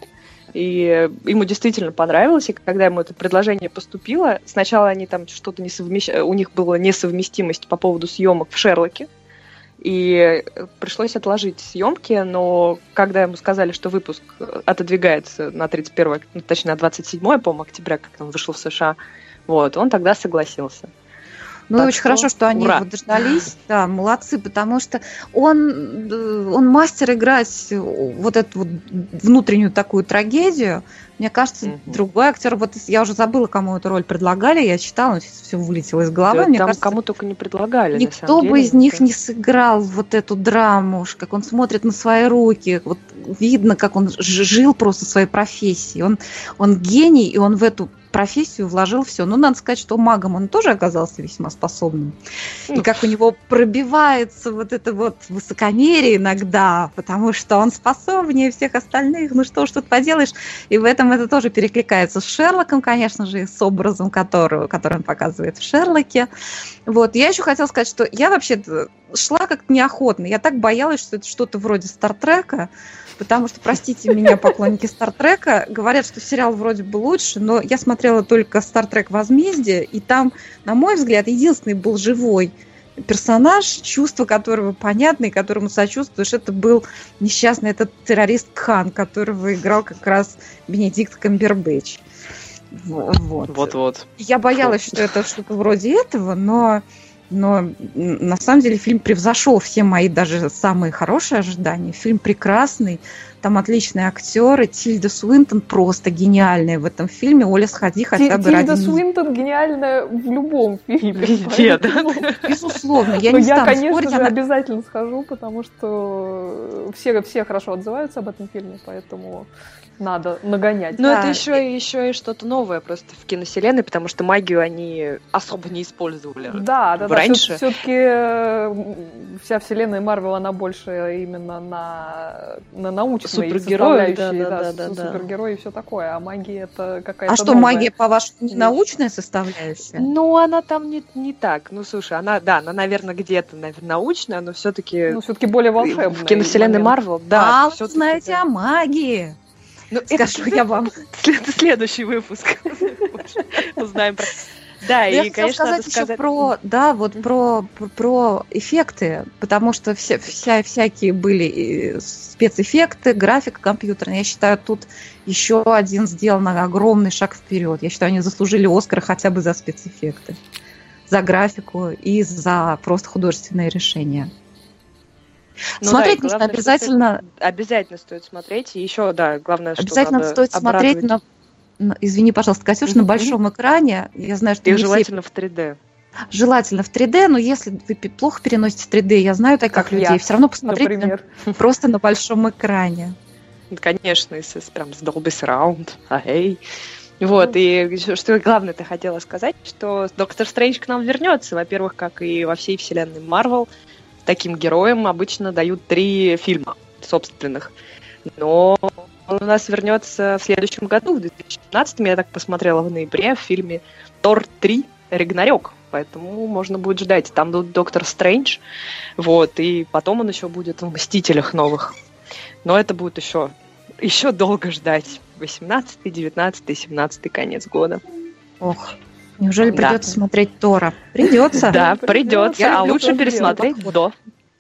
и ему действительно понравилось, и когда ему это предложение поступило, сначала они там что-то несовмещ... у них была несовместимость по поводу съемок в Шерлоке, и пришлось отложить съемки, но когда ему сказали, что выпуск отодвигается на тридцать первое, ну, точнее на двадцать седьмое, по-моему, октября, как он вышел в США, вот, он тогда согласился. Ну, так очень что хорошо, что они ура. его дождались. Да, молодцы, потому что он, он мастер играть вот эту вот внутреннюю такую трагедию. Мне кажется, mm-hmm. другой актер, вот я уже забыла, кому эту роль предлагали, я читала, все вылетело из головы. Да, Мне там кажется, кому только не предлагали, никто на самом деле. бы из них не сыграл вот эту драму, как он смотрит на свои руки. Вот видно, как он жил просто своей профессией. Он, он гений, и он в эту профессию вложил все. Ну, надо сказать, что магом он тоже оказался весьма способным. И как у него пробивается вот это вот высокомерие иногда, потому что он способнее всех остальных. Ну, что ж тут поделаешь? И в этом это тоже перекликается с Шерлоком, конечно же, и с образом, которого, который он показывает в Шерлоке. Вот. Я еще хотела сказать, что я вообще шла как-то неохотно. Я так боялась, что это что-то вроде Стартрека, потому что, простите меня, поклонники Стартрека, говорят, что сериал вроде бы лучше, но я смотрела только Стартрек Возмездие, и там, на мой взгляд, единственный был живой персонаж, чувства которого понятны, которому сочувствуешь, это был несчастный этот террорист Кхан, которого играл как раз Бенедикт Камбербэтч. Вот. Вот-вот. Я боялась, что это что-то вроде этого, но... Но на самом деле фильм превзошел все мои даже самые хорошие ожидания. Фильм прекрасный, там отличные актеры. Тильда Суинтон просто гениальная в этом фильме. Оля, сходи хотя бы ради... Тильда Суинтон гениальная в любом фильме. Везде, да? Безусловно, я Но не я, стану конечно спорить. же, Она... обязательно схожу, потому что все, все хорошо отзываются об этом фильме, поэтому... Надо нагонять. Но да. это еще, еще и что-то новое просто в киновселенной, потому что магию они особо не использовали да, да, раньше. Да, все-таки вся вселенная Марвел, она больше именно на, на научной супергерои, составляющей, да, да, да, да, супергерои да. и все такое, а магия это какая-то А что, новая. магия, по-вашему, не научная составляющая? Ну, она там не, не так. Ну, слушай, она, да, она, наверное, где-то, наверное, научная, но все-таки... Ну, все-таки более волшебная. В киновселенной Марвел, да. А вы знаете о магии. Ну, скажу это, я вам. Следующий выпуск. Узнаем про... Да, и, и, конечно, конечно, сказать надо сказать... еще про, да, вот про, про, про эффекты, потому что вся, вся, всякие были спецэффекты, графика компьютерная. Я считаю, тут еще один сделан огромный шаг вперед. Я считаю, они заслужили Оскар хотя бы за спецэффекты, за графику и за просто художественные решения. Ну, смотреть да, нужно главное, обязательно. Обязательно стоит смотреть. И еще, да, главное, что обязательно надо стоит обрадовать. смотреть на, на, извини, пожалуйста, Катюш, mm-hmm. на большом экране. Я знаю, что и не желательно все... в три дэ. Желательно в три дэ, но если вы плохо переносите три дэ, я знаю таких как людей, я, все равно посмотреть на, просто на большом экране. Конечно, если прям с Dolby Surround. Эй. Вот, и что главное ты хотела сказать, что Доктор Стрэндж к нам вернется. Во-первых, как и во всей вселенной Марвел, таким героям обычно дают три фильма собственных. Но он у нас вернется в следующем году, в две тысячи пятнадцатом, я так посмотрела в ноябре, в фильме «Тор три. Рагнарёк». поэтому можно будет ждать. Там будет Доктор Стрэндж, вот, и потом он еще будет в «Мстителях» новых. Но это будет еще, еще долго ждать. восемнадцатый, девятнадцатый, семнадцатый конец года. Ох, неужели Да. придется смотреть Тора? Придется. Да, придется, Я а люблю лучше тоже пересмотреть делать. до.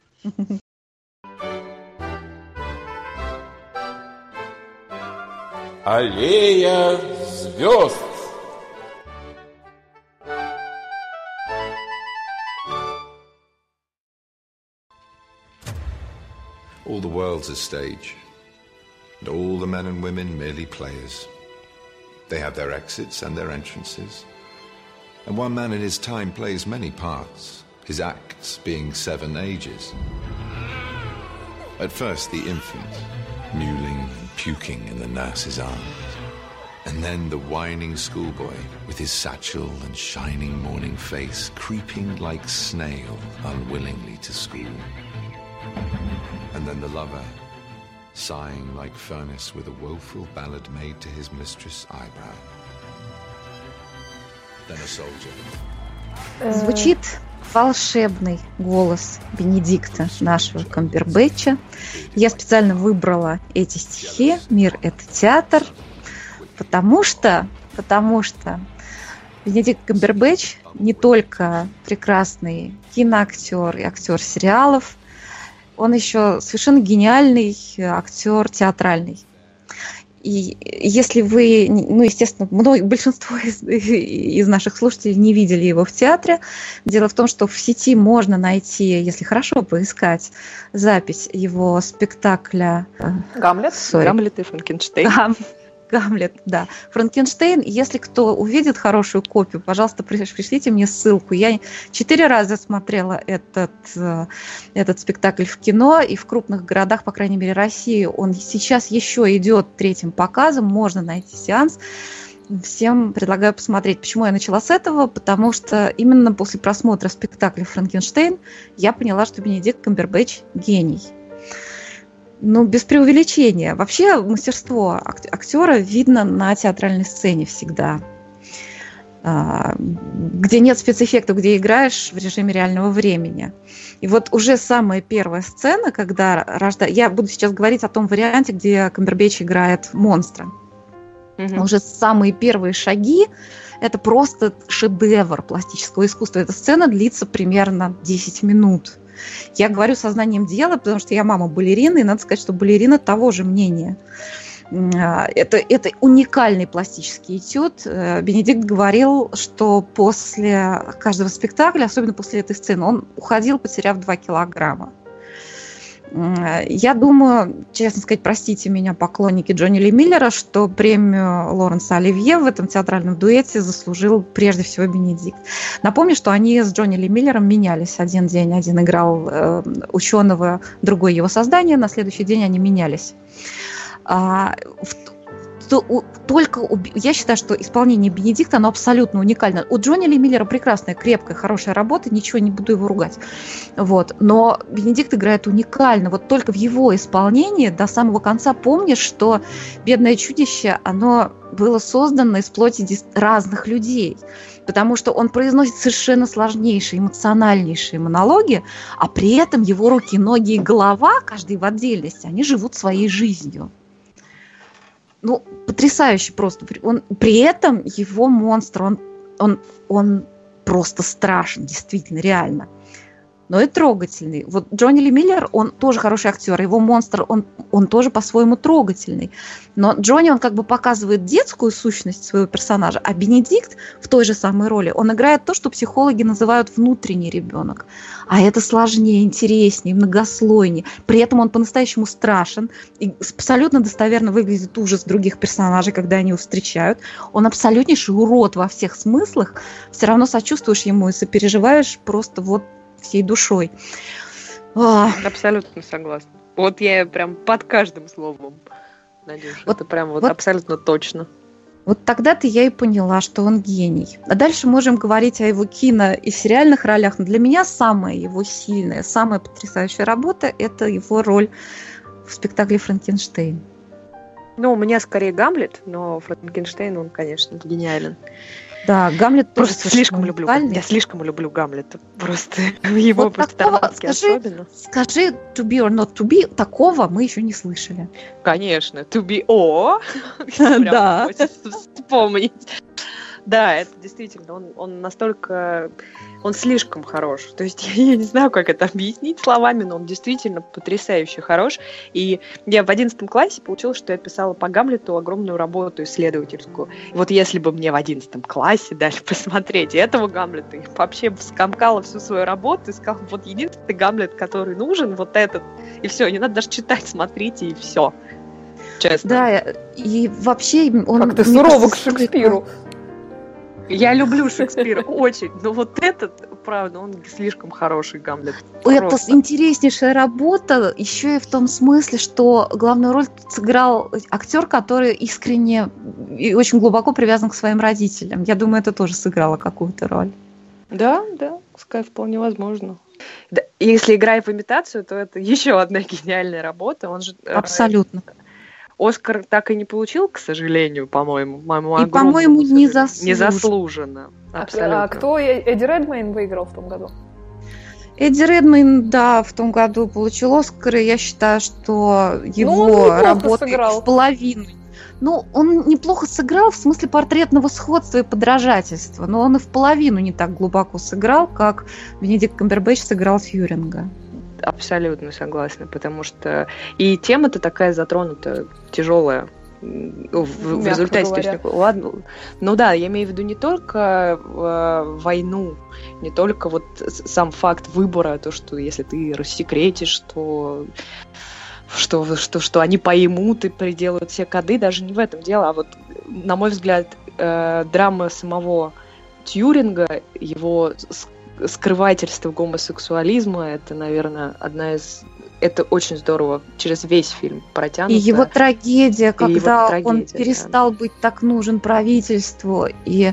Аллея звезд. All the world's a stage, and all the men and women merely players. They have their exits and their entrances, and one man in his time plays many parts, his acts being seven ages. At first the infant, mewling and puking in the nurse's arms, and then the whining schoolboy with his satchel and shining morning face creeping like snail unwillingly to school. And then the lover, sighing like furnace with a woeful ballad made to his mistress' eyebrow. Then a soldier. Звучит волшебный голос Бенедикта, нашего Камбербэтча. Я специально выбрала эти стихи «Мир – это театр», потому что, потому что Бенедикт Камбербэтч не только прекрасный киноактер и актер сериалов, он еще совершенно гениальный актер театральный. И если вы, ну, естественно, много, большинство из, из наших слушателей не видели его в театре, дело в том, что в сети можно найти, если хорошо поискать, запись его спектакля Гамлет, Sorry. Гамлет и Франкенштейн. Гам- Гамлет, да. Франкенштейн. Если кто увидит хорошую копию, пожалуйста, пришлите мне ссылку. Я четыре раза смотрела этот, этот спектакль в кино, и в крупных городах, по крайней мере, России, он сейчас еще идет третьим показом, можно найти сеанс. Всем предлагаю посмотреть. Почему я начала с этого? Потому что именно после просмотра спектакля «Франкенштейн» я поняла, что Бенедикт Камбербэтч гений. Ну, без преувеличения. Вообще мастерство актера видно на театральной сцене всегда. Где нет спецэффектов, где играешь в режиме реального времени. И вот уже самая первая сцена, когда рождается... Я буду сейчас говорить о том варианте, где Камбербэтч играет монстра. Mm-hmm. Уже самые первые шаги – это просто шедевр пластического искусства. Эта сцена длится примерно десять минут. Я говорю сознанием дела, потому что я мама балерины, и надо сказать, что балерина того же мнения. Это, это уникальный пластический этюд. Бенедикт говорил, что после каждого спектакля, особенно после этой сцены, он уходил, потеряв два килограмма. Я думаю, честно сказать, простите меня, поклонники Джонни Ли Миллера, что премию Лоренса Оливье в этом театральном дуэте заслужил прежде всего Бенедикт. Напомню, что они с Джонни Ли Миллером менялись. Один день один играл э, ученого, другой его создание, на следующий день они менялись. А, в, то, у, только у, я считаю, что исполнение Бенедикта, оно абсолютно уникально. У Джонни Ли Миллера прекрасная, крепкая, хорошая работа, ничего, не буду его ругать. Вот. Но Бенедикт играет уникально. Вот только в его исполнении до самого конца помнишь, что «Бедное чудище», оно было создано из плоти разных людей. Потому что он произносит совершенно сложнейшие, эмоциональнейшие монологи, а при этом его руки, ноги и голова, каждый в отдельности, они живут своей жизнью. Ну, потрясающе просто. Он, при этом его монстр, он, он, он просто страшен, действительно, реально. Но и трогательный. Вот Джонни Ли Миллер, он тоже хороший актер, его монстр, он, он тоже по-своему трогательный. Но Джонни, он как бы показывает детскую сущность своего персонажа, а Бенедикт в той же самой роли, он играет то, что психологи называют внутренний ребенок. А это сложнее, интереснее, многослойнее. При этом он по-настоящему страшен, и абсолютно достоверно выглядит ужас других персонажей, когда они его встречают. Он абсолютнейший урод во всех смыслах, все равно сочувствуешь ему и сопереживаешь просто вот всей душой. Абсолютно согласна. Вот я прям под каждым словом, Надюша. Вот, это прям вот, вот абсолютно точно. Вот тогда-то я и поняла, что он гений. А дальше можем говорить о его кино и сериальных ролях. Но для меня самая его сильная, самая потрясающая работа – это его роль в спектакле «Франкенштейн». Ну, у меня скорее Гамлет, но Франкенштейн, он, конечно, гениален. Да, Гамлет тоже Просто слишком люблю. Я слишком люблю Гамлета. Просто его вот по-старомодски особенно. Скажи to be or not to be, такого мы еще не слышали. Конечно, to be о. Да. Вспомнить. Да, это действительно, он, он настолько, он слишком хорош. То есть я, я не знаю, как это объяснить словами, но он действительно потрясающе хорош. И я в одиннадцатом классе получилось, что я писала по Гамлету огромную работу исследовательскую. И вот если бы мне в одиннадцатом классе дали посмотреть этого Гамлета, я вообще скомкала всю свою работу и сказала, вот единственный Гамлет, который нужен, вот этот. И все, не надо даже читать, смотрите, и все. Честно. Да, и вообще он... Как ты сурова к Шекспиру. Я люблю Шекспира очень, но вот этот, правда, он слишком хороший Гамлет. Это Просто. Интереснейшая работа, еще и в том смысле, что главную роль сыграл актер, который искренне и очень глубоко привязан к своим родителям. Я думаю, это тоже сыграло какую-то роль. Да, да, пускай вполне возможно. Да, если играя в имитацию, то это еще одна гениальная работа. Он же абсолютно. Оскар так и не получил, к сожалению, по-моему. Моему и, по-моему, не заслуженно. Незаслуженно. Абсолютно. А кто Эдди Редмейн выиграл в том году? Эдди Редмейн, да, в том году получил Оскар, и я считаю, что его ну, работа сыграл. в половину. Ну, он неплохо сыграл в смысле портретного сходства и подражательства, но он и в половину не так глубоко сыграл, как Бенедикт Камбербэтч сыграл Тьюринга. Абсолютно согласна, потому что и тема-то такая затронута, тяжелая. В, в результате, то есть, ладно, ну да, я имею в виду не только э, войну, не только вот сам факт выбора, то, что если ты рассекретишь, то что, что, что они поймут и приделают все коды, даже не в этом дело, а вот, на мой взгляд, э, драма самого Тьюринга, его скрывательство гомосексуализма, это, наверное, одна из... Это очень здорово через весь фильм протянуто. И его трагедия, когда его трагедия, он перестал да. быть так нужен правительству, и...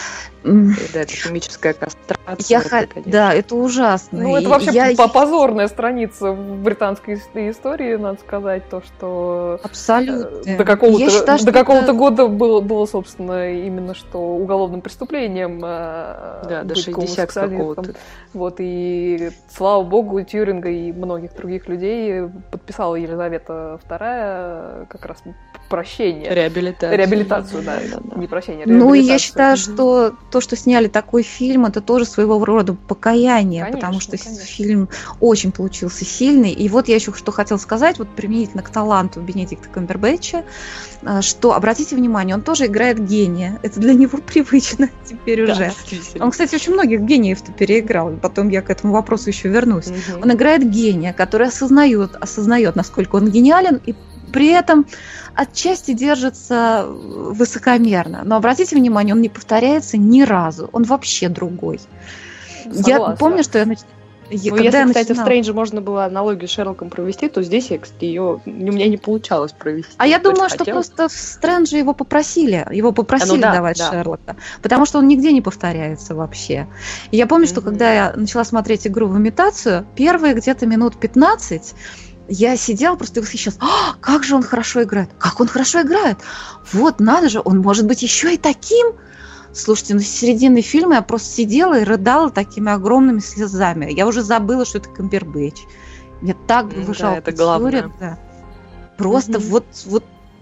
И, да, это химическая кастрация. Я это, х... Да, это ужасно. Ну, это и вообще я... позорная страница в британской истории, надо сказать, то, что... Абсолютно. До какого-то, считаю, до какого-то это... года было, было, собственно, именно что уголовным преступлением да, быть до шестидесятого какого-то. Вот, и слава богу, Тьюринга и многих других людей подписала Елизавета вторая как раз прощение. Реабилитацию. Реабилитацию, да, да, да. Не прощение, реабилитацию. Ну, и я считаю, что то, что сняли такой фильм, это тоже своего рода покаяние, конечно, потому что конечно. Фильм очень получился сильный. И вот я еще что хотела сказать, вот применительно к таланту Бенедикта Камбербэтча, что, обратите внимание, он тоже играет гения. Это для него привычно теперь да, уже. Он, кстати, очень многих гениев-то переиграл. Потом я к этому вопросу еще вернусь. Угу. Он играет гения, который осознает, осознает, насколько он гениален, и при этом отчасти держится высокомерно. Но обратите внимание, он не повторяется ни разу. Он вообще другой. Согласна. Я помню, что я начала... Ну, если, я кстати, начинала... в Стрэнджи можно было аналогию с Шерлоком провести, то здесь, я, кстати, ее у меня не получалось провести. А я думаю, что хотела. Просто в Стрэнджи его попросили, его попросили а, ну, да, давать да. Шерлока, потому что он нигде не повторяется вообще. И я помню, mm-hmm. что когда я начала смотреть «Игру в имитацию», первые где-то минут пятнадцать я сидела просто и восхищалась. А, как же он хорошо играет! Как он хорошо играет! Вот, надо же, он может быть еще и таким! Слушайте, ну с середины фильма я просто сидела и рыдала такими огромными слезами. Я уже забыла, что это Камбербэтч. Мне так было жалко Тьюринга. Просто mm-hmm. вот, вот,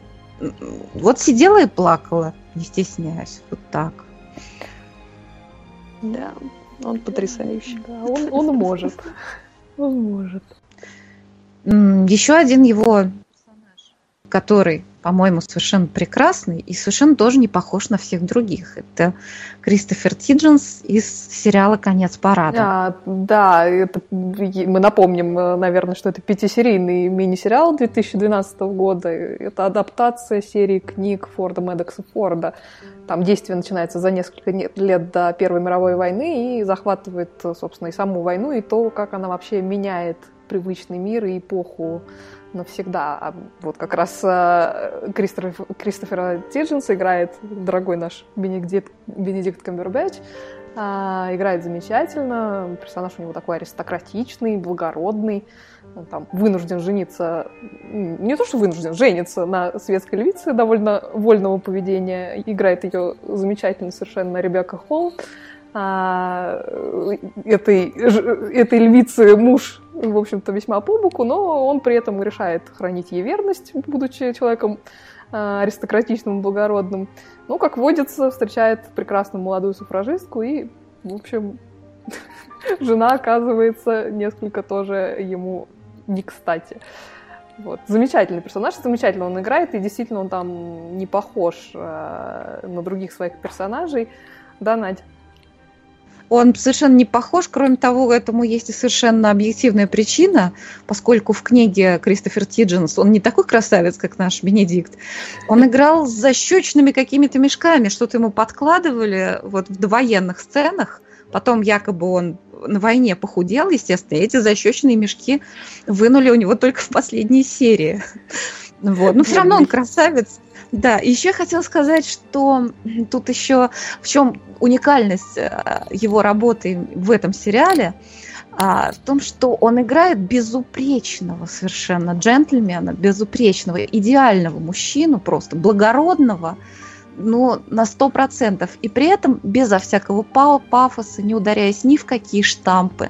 вот сидела и плакала, не стесняясь. Вот так. Да, он потрясающий. Да, он, он может. Он может. Еще один его персонаж, который, по-моему, совершенно прекрасный и совершенно тоже не похож на всех других. Это Кристофер Тидженс из сериала «Конец парада». А, да, это, мы напомним, наверное, что это пятисерийный мини-сериал две тысячи двенадцатого года. Это адаптация серии книг Форда Медокса Форда. Там действие начинается за несколько лет до Первой мировой войны и захватывает, собственно, и саму войну, и то, как она вообще меняет привычный мир и эпоху навсегда. А вот как раз Кристофер, Кристофера Тидженса играет дорогой наш Бенедикт, Бенедикт Камбербэтч. А, играет замечательно. Персонаж у него такой аристократичный, благородный. он там вынужден жениться, не то что вынужден, женится на светской львице довольно вольного поведения. Играет ее замечательно совершенно Ребекка Холл. А, этой, этой львицы муж, в общем-то, весьма по боку, но он при этом решает хранить ей верность, будучи человеком аристократичным, благородным. Ну, как водится, встречает прекрасную молодую суфражистку, и, в общем, жена оказывается несколько тоже ему не кстати. Вот. Замечательный персонаж, замечательно он играет, и действительно он там не похож на других своих персонажей. Да, Надь? Он совершенно не похож, кроме того, этому есть и совершенно объективная причина, поскольку в книге Кристофер Тидженс он не такой красавец, как наш Бенедикт. Он играл с защечными какими-то мешками, что-то ему подкладывали вот в довоенных сценах, потом якобы он на войне похудел, естественно, и эти защечные мешки вынули у него только в последней серии. Вот. Но все равно он красавец. Да, и еще я хотела сказать, что тут еще в чем уникальность его работы в этом сериале, в том, что он играет безупречного совершенно джентльмена, безупречного, идеального мужчину, просто благородного, ну, на сто процентов. И при этом безо всякого пафоса, не ударяясь ни в какие штампы.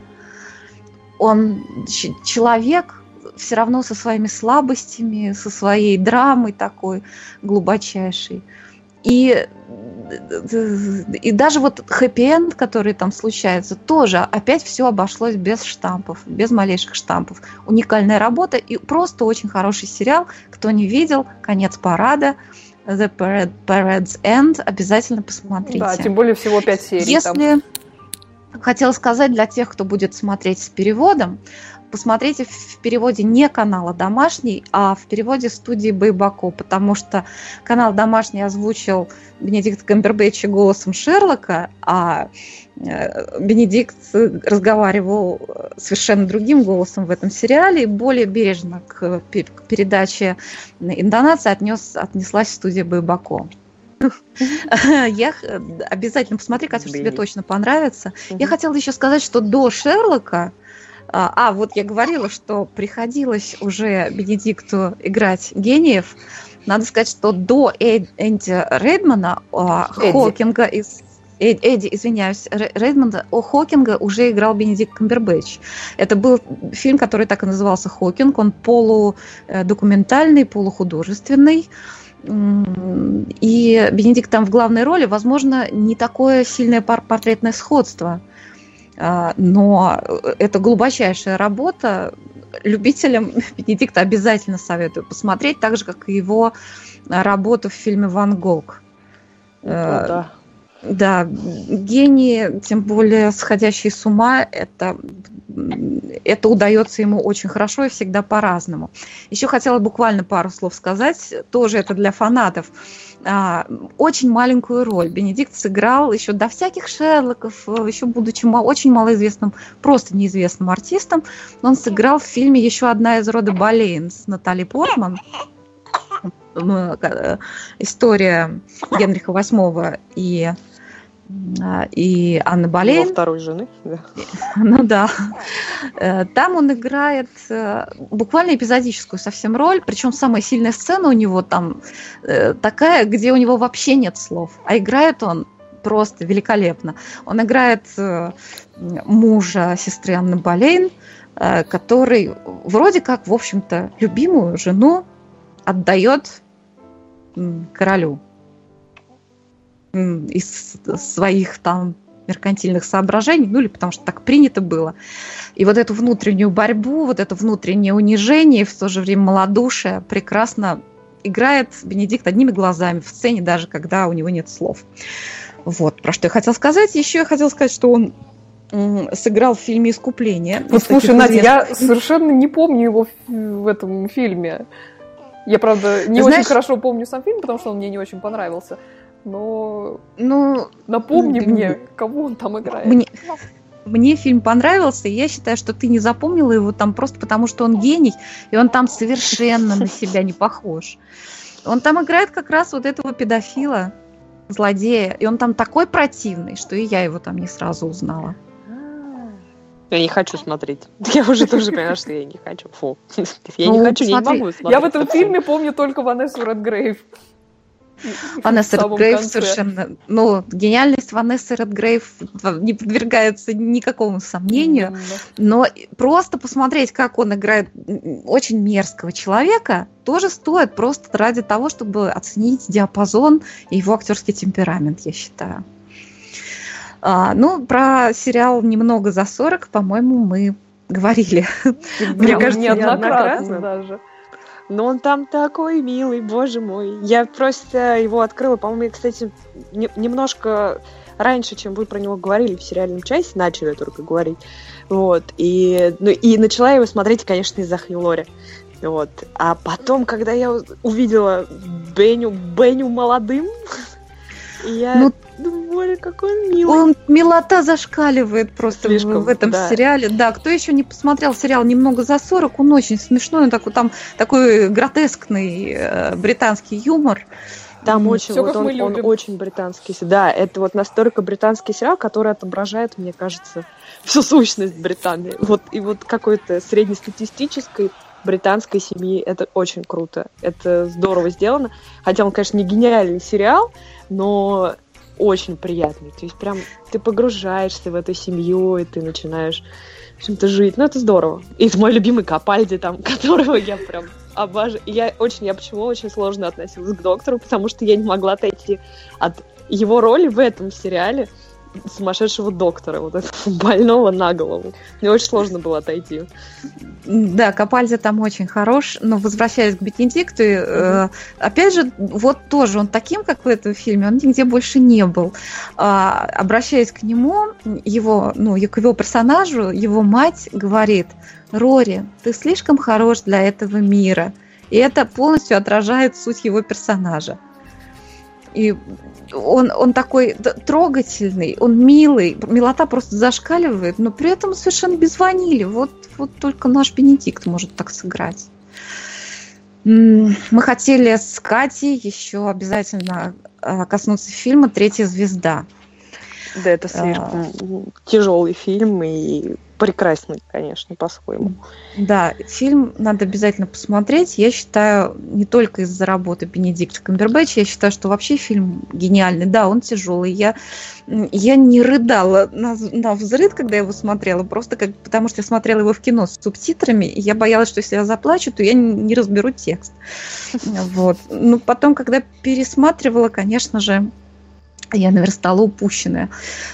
Он человек все равно со своими слабостями, со своей драмой такой глубочайшей. И, и даже вот хэппи-энд, который там случается, тоже опять все обошлось без штампов, без малейших штампов. Уникальная работа и просто очень хороший сериал. Кто не видел, «Конец парада», The Parade, Parade's End, обязательно посмотрите. Да, тем более всего пять серий. Если там. Хотела сказать для тех, кто будет смотреть с переводом, посмотрите в переводе не канала «Домашний», а в переводе студии Байбако, потому что канал «Домашний» озвучил Бенедикт Камбербэтча голосом Шерлока, а Бенедикт разговаривал совершенно другим голосом в этом сериале и более бережно к передаче интонации отнес, отнеслась студия Байбако. Я обязательно посмотри, Катюш, тебе точно понравится. Я хотела еще сказать, что до Шерлока, а вот я говорила, что приходилось уже Бенедикту играть гениев. Надо сказать, что до Энди Редмана, Хокинга из Эдди, извиняюсь, Редмонда, о Хокинга уже играл Бенедикт Камбербэтч. Это был фильм, который так и назывался «Хокинг». Он полудокументальный, полухудожественный. И Бенедикт там в главной роли, возможно, не такое сильное портретное сходство, но это глубочайшая работа. Любителям Бенедикта обязательно советую посмотреть, так же, как и его работу в фильме «Ван Гог». Ну, да. Да, гении, тем более сходящие с ума, это, это удается ему очень хорошо и всегда по-разному. Еще хотела буквально пару слов сказать, тоже это для фанатов. Очень маленькую роль Бенедикт сыграл еще до всяких Шерлоков, еще будучи очень малоизвестным, просто неизвестным артистом. Он сыграл в фильме «Еще одна из рода Болейн» с Натали Портман. История Генриха восьмого и, и Анны Болейн. Его второй жены. Да. Ну да. Там он играет буквально эпизодическую совсем роль, причем самая сильная сцена у него там такая, где у него вообще нет слов, а играет он просто великолепно. Он играет мужа сестры Анны Болейн, который вроде как, в общем-то, любимую жену отдает королю из своих там меркантильных соображений, ну или потому что так принято было. И вот эту внутреннюю борьбу, вот это внутреннее унижение и в то же время малодушие прекрасно играет Бенедикт одними глазами в сцене, даже когда у него нет слов. Вот, про что я хотела сказать. Еще я хотела сказать, что он сыграл в фильме «Искупление». Вот слушай, Надя, я совершенно не помню его в этом фильме. Я, правда, не Знаешь, очень хорошо помню сам фильм, потому что он мне не очень понравился. Но ну, напомни ну, мне, кого он там играет. Мне, мне фильм понравился, и я считаю, что ты не запомнила его там просто потому, что он гений, и он там совершенно на себя не похож. Он там играет как раз вот этого педофила, злодея, и он там такой противный, что и я его там не сразу узнала. Я не хочу смотреть. Я уже тоже поняла, что я не хочу. Фу. Я Ну, не хочу, я не смотри, могу смотреть. Я в этом фильме помню только Ванессу Редгрейв. Ванесса В самом Редгрейв конце. совершенно... Ну, гениальность Ванессы Редгрейв не подвергается никакому сомнению. М, да. Но просто посмотреть, как он играет очень мерзкого человека, тоже стоит просто ради того, чтобы оценить диапазон и его актерский темперамент, я считаю. А, ну, про сериал «Немного за сорок», по-моему, мы говорили. Мне кажется, неоднократно неоднократно. даже. Но он там такой милый, боже мой. Я просто его открыла, по-моему, кстати, не- немножко раньше, чем вы про него говорили в сериальном часе, начали только говорить. Вот. И, ну, и начала его смотреть, конечно, из-за Хью Лори. Вот. А потом, когда я увидела Беню, Беню молодым, я Ну, думаю, боже, какой он милый. Он милота зашкаливает просто в, Слишком, в этом да. сериале. Да, кто еще не посмотрел сериал «Немного за сорок», он очень смешной, он такой, там такой гротескный э, британский юмор. Там М, очень, всё, вот как он, мы он любим. очень британский. Да, это вот настолько британский сериал, который отображает, мне кажется, всю сущность Британии. Вот, и вот какой-то среднестатистической британской семьи. Это очень круто. Это здорово сделано. Хотя он, конечно, не гениальный сериал, но очень приятный. То есть прям ты погружаешься в эту семью, и ты начинаешь в общем-то жить. Ну, это здорово. И это мой любимый Капальди, там, которого я прям обожаю. И я очень, я почему очень сложно относилась к доктору, потому что я не могла отойти от его роли в этом сериале сумасшедшего доктора, вот этого больного на голову. Мне очень сложно было отойти. Да, Капальди там очень хорош, но возвращаясь к Бенедикту, э, опять же, вот тоже он таким, как в этом фильме, он нигде больше не был. А, обращаясь к нему, его, ну, к его персонажу, его мать говорит: «Рори, ты слишком хорош для этого мира». И это полностью отражает суть его персонажа. И он, он такой трогательный, он милый, милота просто зашкаливает, но при этом совершенно без ванили. Вот, вот только наш Бенедикт может так сыграть. Мы хотели с Катей еще обязательно коснуться фильма «Третья звезда». Да, это слишком а... тяжелый фильм и прекрасный, конечно, по-своему. Да, фильм надо обязательно посмотреть. Я считаю, не только из-за работы Бенедикта Камбербэтча, я считаю, что вообще фильм гениальный. Да, он тяжелый. Я, я не рыдала на, на взрыв, когда я его смотрела, просто как, потому что я смотрела его в кино с субтитрами, и я боялась, что если я заплачу, то я не, не разберу текст. Вот. Но потом, когда пересматривала, конечно же, я наверстала упущенное.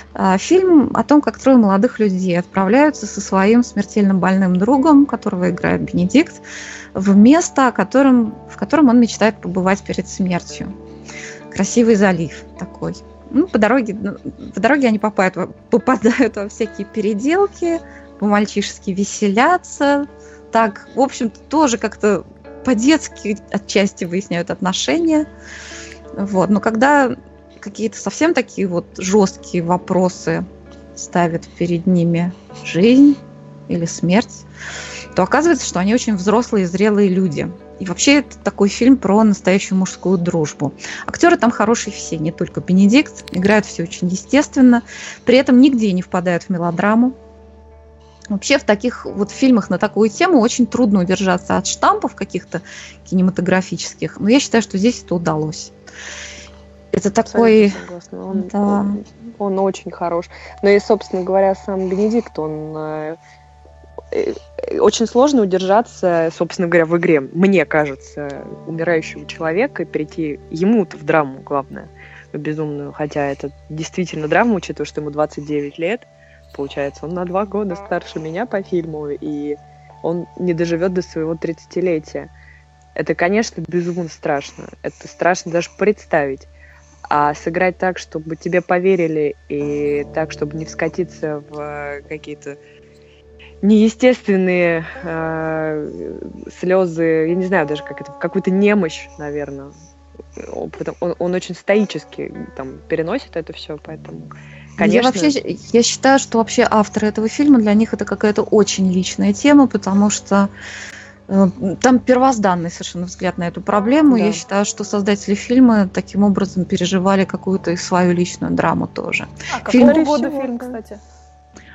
Фильм о том, как трое молодых людей отправляются со своим смертельно больным другом, которого играет Бенедикт, в место, о котором, в котором он мечтает побывать перед смертью. Красивый залив такой. Ну, по дороге, по дороге они попадают, попадают во всякие переделки, по-мальчишески веселятся. Так, в общем-то, тоже как-то по-детски отчасти выясняют отношения. Вот. Но когда какие-то совсем такие вот жесткие вопросы ставят перед ними жизнь или смерть, то оказывается, что они очень взрослые и зрелые люди. И вообще это такой фильм про настоящую мужскую дружбу. Актеры там хорошие все, не только Бенедикт. Играют все очень естественно. При этом нигде не впадают в мелодраму. Вообще в таких вот фильмах на такую тему очень трудно удержаться от штампов каких-то кинематографических. Но я считаю, что здесь это удалось. Это такой... Он, да. он, он очень хорош. Ну и, собственно говоря, сам Бенедикт, он э, э, очень сложно удержаться, собственно говоря, в игре, мне кажется, умирающего человека, и перейти ему-то в драму, главное, безумную. Хотя это действительно драма, учитывая, что ему двадцать девять лет, получается, он на два года старше меня по фильму, и он не доживет до своего тридцатилетия. Это, конечно, безумно страшно. Это страшно даже представить. А сыграть так, чтобы тебе поверили, и так, чтобы не вскатиться в какие-то неестественные э, слезы, я не знаю даже, как это, в какую-то немощь, наверное. Он, он, он очень стоически там переносит это все, поэтому, конечно... Я вообще, я считаю, что вообще авторы этого фильма, для них это какая-то очень личная тема, потому что там первозданный совершенно взгляд на эту проблему. Да. Я считаю, что создатели фильма таким образом переживали какую-то свою личную драму тоже. А какого года фильм, кстати?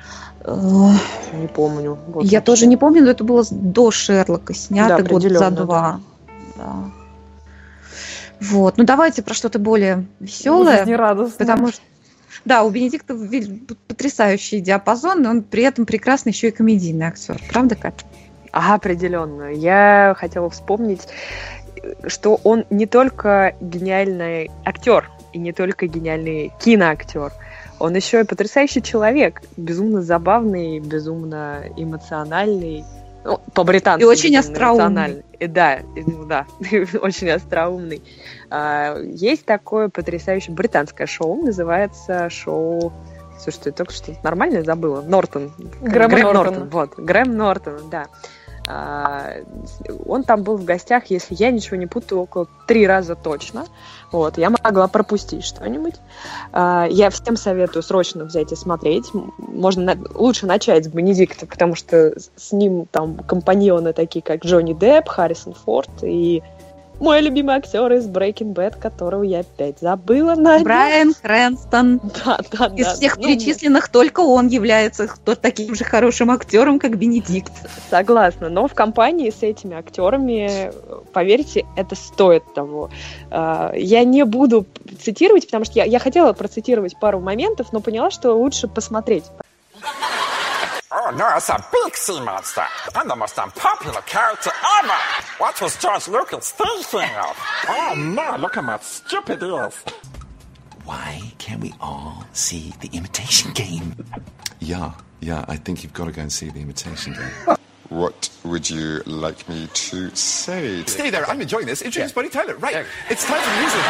Не помню. Вот Я вообще. тоже не помню, но это было до Шерлока снято, Да, год за определенно, два. Да. Вот. Ну давайте про что-то более веселое. Жизнерадостно. Потому что, да, у Бенедикта ве- потрясающий диапазон, но он при этом прекрасный еще и комедийный актер. Правда, Катя? Ага, определенно. Я хотела вспомнить, что он не только гениальный актер и не только гениальный киноактер, он еще и потрясающий человек, безумно забавный, безумно эмоциональный, ну, по-британски. И очень безумно остроумный. эмоциональный. И да, и, ну да, очень остроумный. А, есть такое потрясающее британское шоу, называется шоу... Слушай, ты только что нормально забыла? Нортон. Грэм Нортон. Нортон. Вот, Грэм Нортон, да. А, он там был в гостях, если я ничего не путаю, около три раза точно. Вот, я могла пропустить что-нибудь. А, я всем советую срочно взять и смотреть. Можно на... лучше начать с Бенедикта, потому что с ним там компаньоны такие, как Джонни Депп, Харрисон Форд и мой любимый актер из Breaking Bad, которого я опять забыла. Надя. Брайан Крэнстон. Да, да, Из да. всех Ну, перечисленных только он является т- таким же хорошим актером, как Бенедикт. Согласна, но в компании с этими актерами, поверьте, это стоит того. А, Я не буду цитировать, потому что я, я хотела процитировать пару моментов, но поняла, что лучше посмотреть. Oh no, it's a big sea monster. I'm the most unpopular character ever. What was George Lucas thinking of? Oh no, look at my stupid ears. Why can't we all see The Imitation Game? Yeah, yeah, I think you've got to go and see The Imitation Game. What would you like me to say? Stay there, I'm enjoying this. Introduce Bonnie Tyler. Right, it's time for music.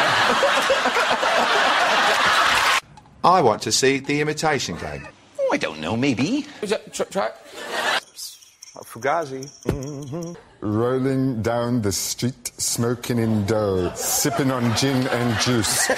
I want to see The Imitation Game. Oh, I don't know, maybe. Fugazi. Rolling down the street, smoking in dough, sipping on gin and juice.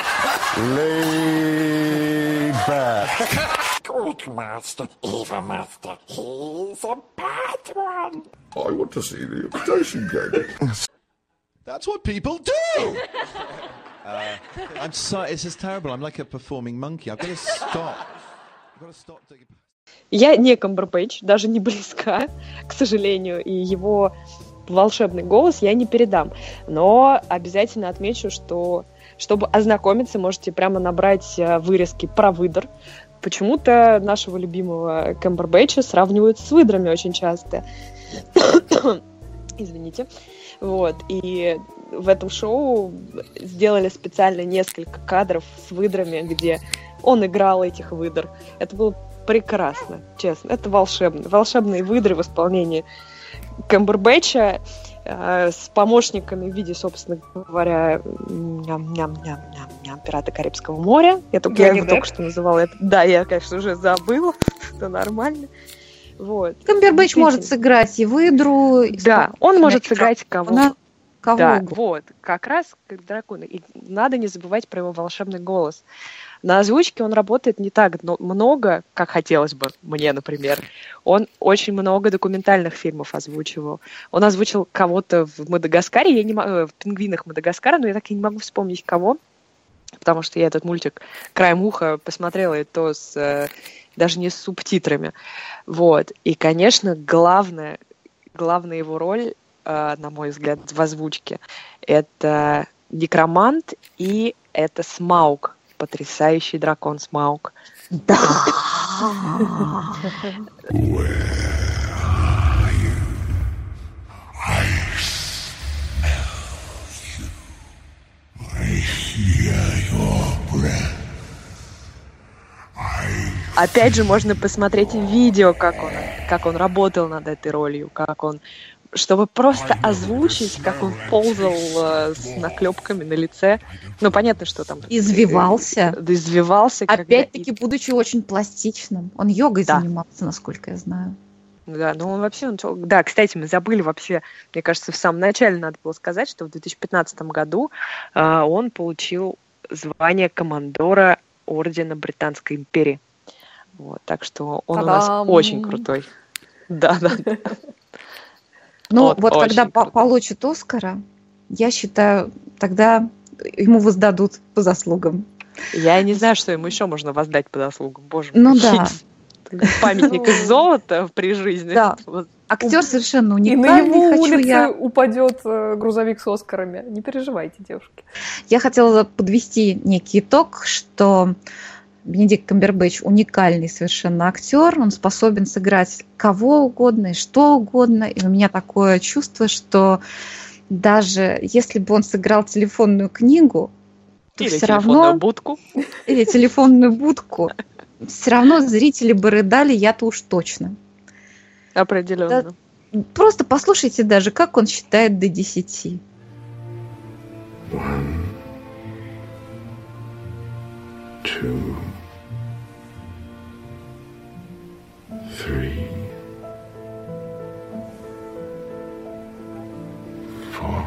Laid back. Good master, evil master, he's a bad one. I want to see the Imitation Game. That's what people do! uh, I'm sorry, this is terrible. I'm like a performing monkey. I've got to stop. I've got to stop taking... Я не Камбербэтч, даже не близка, к сожалению, и его волшебный голос я не передам. Но обязательно отмечу, что чтобы ознакомиться, можете прямо набрать вырезки про выдр. Почему-то нашего любимого Камбербэтча сравнивают с выдрами очень часто. Извините. Вот. И в этом шоу сделали специально несколько кадров с выдрами, где он играл этих выдр. Это было прекрасно, честно. Это волшебно. Волшебные выдры в исполнении Камбербэтча э, с помощниками в виде, собственно говоря, ням-ням-ням-ням-ням, «Пираты Карибского моря». Я, только, я его только что называла. Это, да, я, конечно, уже забыла. Это нормально. Вот. Камбербэтч может сыграть и выдру. И да, он может сыграть кого на кого да, угодно. Вот, как раз как дракон. И надо не забывать про его волшебный голос. На озвучке он работает не так много, как хотелось бы мне, например. Он очень много документальных фильмов озвучивал. Он озвучил кого-то в Мадагаскаре, я не могу, в «Пингвинах Мадагаскара», но я так и не могу вспомнить кого, потому что я этот мультик краем уха посмотрела, и то с, даже не с субтитрами. Вот. И, конечно, главное, главная его роль, на мой взгляд, в озвучке, это некромант и это Смауг. Потрясающий дракон Смауг. Да. Опять же, можно посмотреть видео, как он, как он работал над этой ролью, как он, чтобы просто озвучить, как он ползал э, с наклепками на лице. Ну, понятно, что там... Извивался. Да, извивался. Опять-таки, когда... будучи очень пластичным. Он йогой да. занимался, насколько я знаю. Да, ну он вообще... Он... Да, кстати, мы забыли вообще, мне кажется, в самом начале надо было сказать, что в две тысячи пятнадцатом году э, он получил звание командора Ордена Британской империи. Вот, так что он Та-дам! У нас очень крутой. Да, да. Ну, вот, вот когда по- получит Оскара, я считаю, тогда ему воздадут по заслугам. Я не знаю, что ему еще можно воздать по заслугам, боже мой. Ну да. Памятник из золота при жизни. Да. Вот. Актер совершенно И на уникальный. его Хочу улице я... упадет э, грузовик с Оскарами. Не переживайте, девушки. я хотела подвести некий итог, что Бенедикт Камбербэтч уникальный совершенно актер. Он способен сыграть кого угодно и что угодно. И у меня такое чувство, что даже если бы он сыграл телефонную книгу, то Или все телефонную равно... будку. Или телефонную будку. Все равно зрители бы рыдали, я-то уж точно. Определенно. Да, просто послушайте даже, как он считает до десяти. One, two, three, four,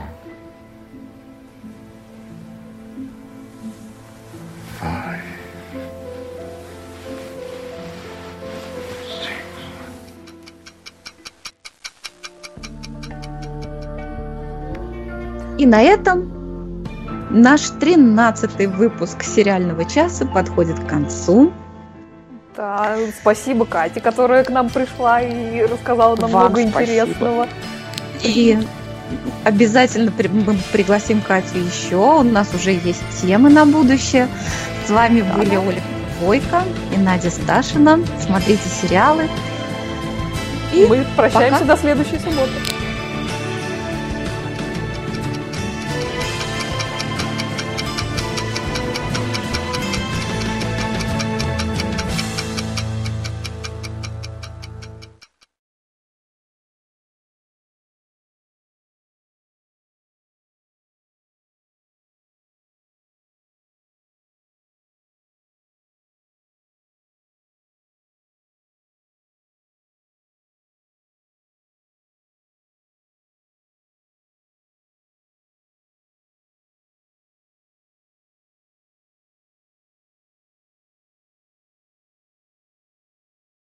five, six. И на этом наш тринадцатый выпуск сериального часа подходит к концу. Да, спасибо Кате, которая к нам пришла и рассказала нам Вам много спасибо. интересного. И обязательно при- мы пригласим Катю еще. У нас уже есть темы на будущее. С вами были Оля Бойко и Надя Сташина. Смотрите сериалы. И мы прощаемся пока. до следующей субботы.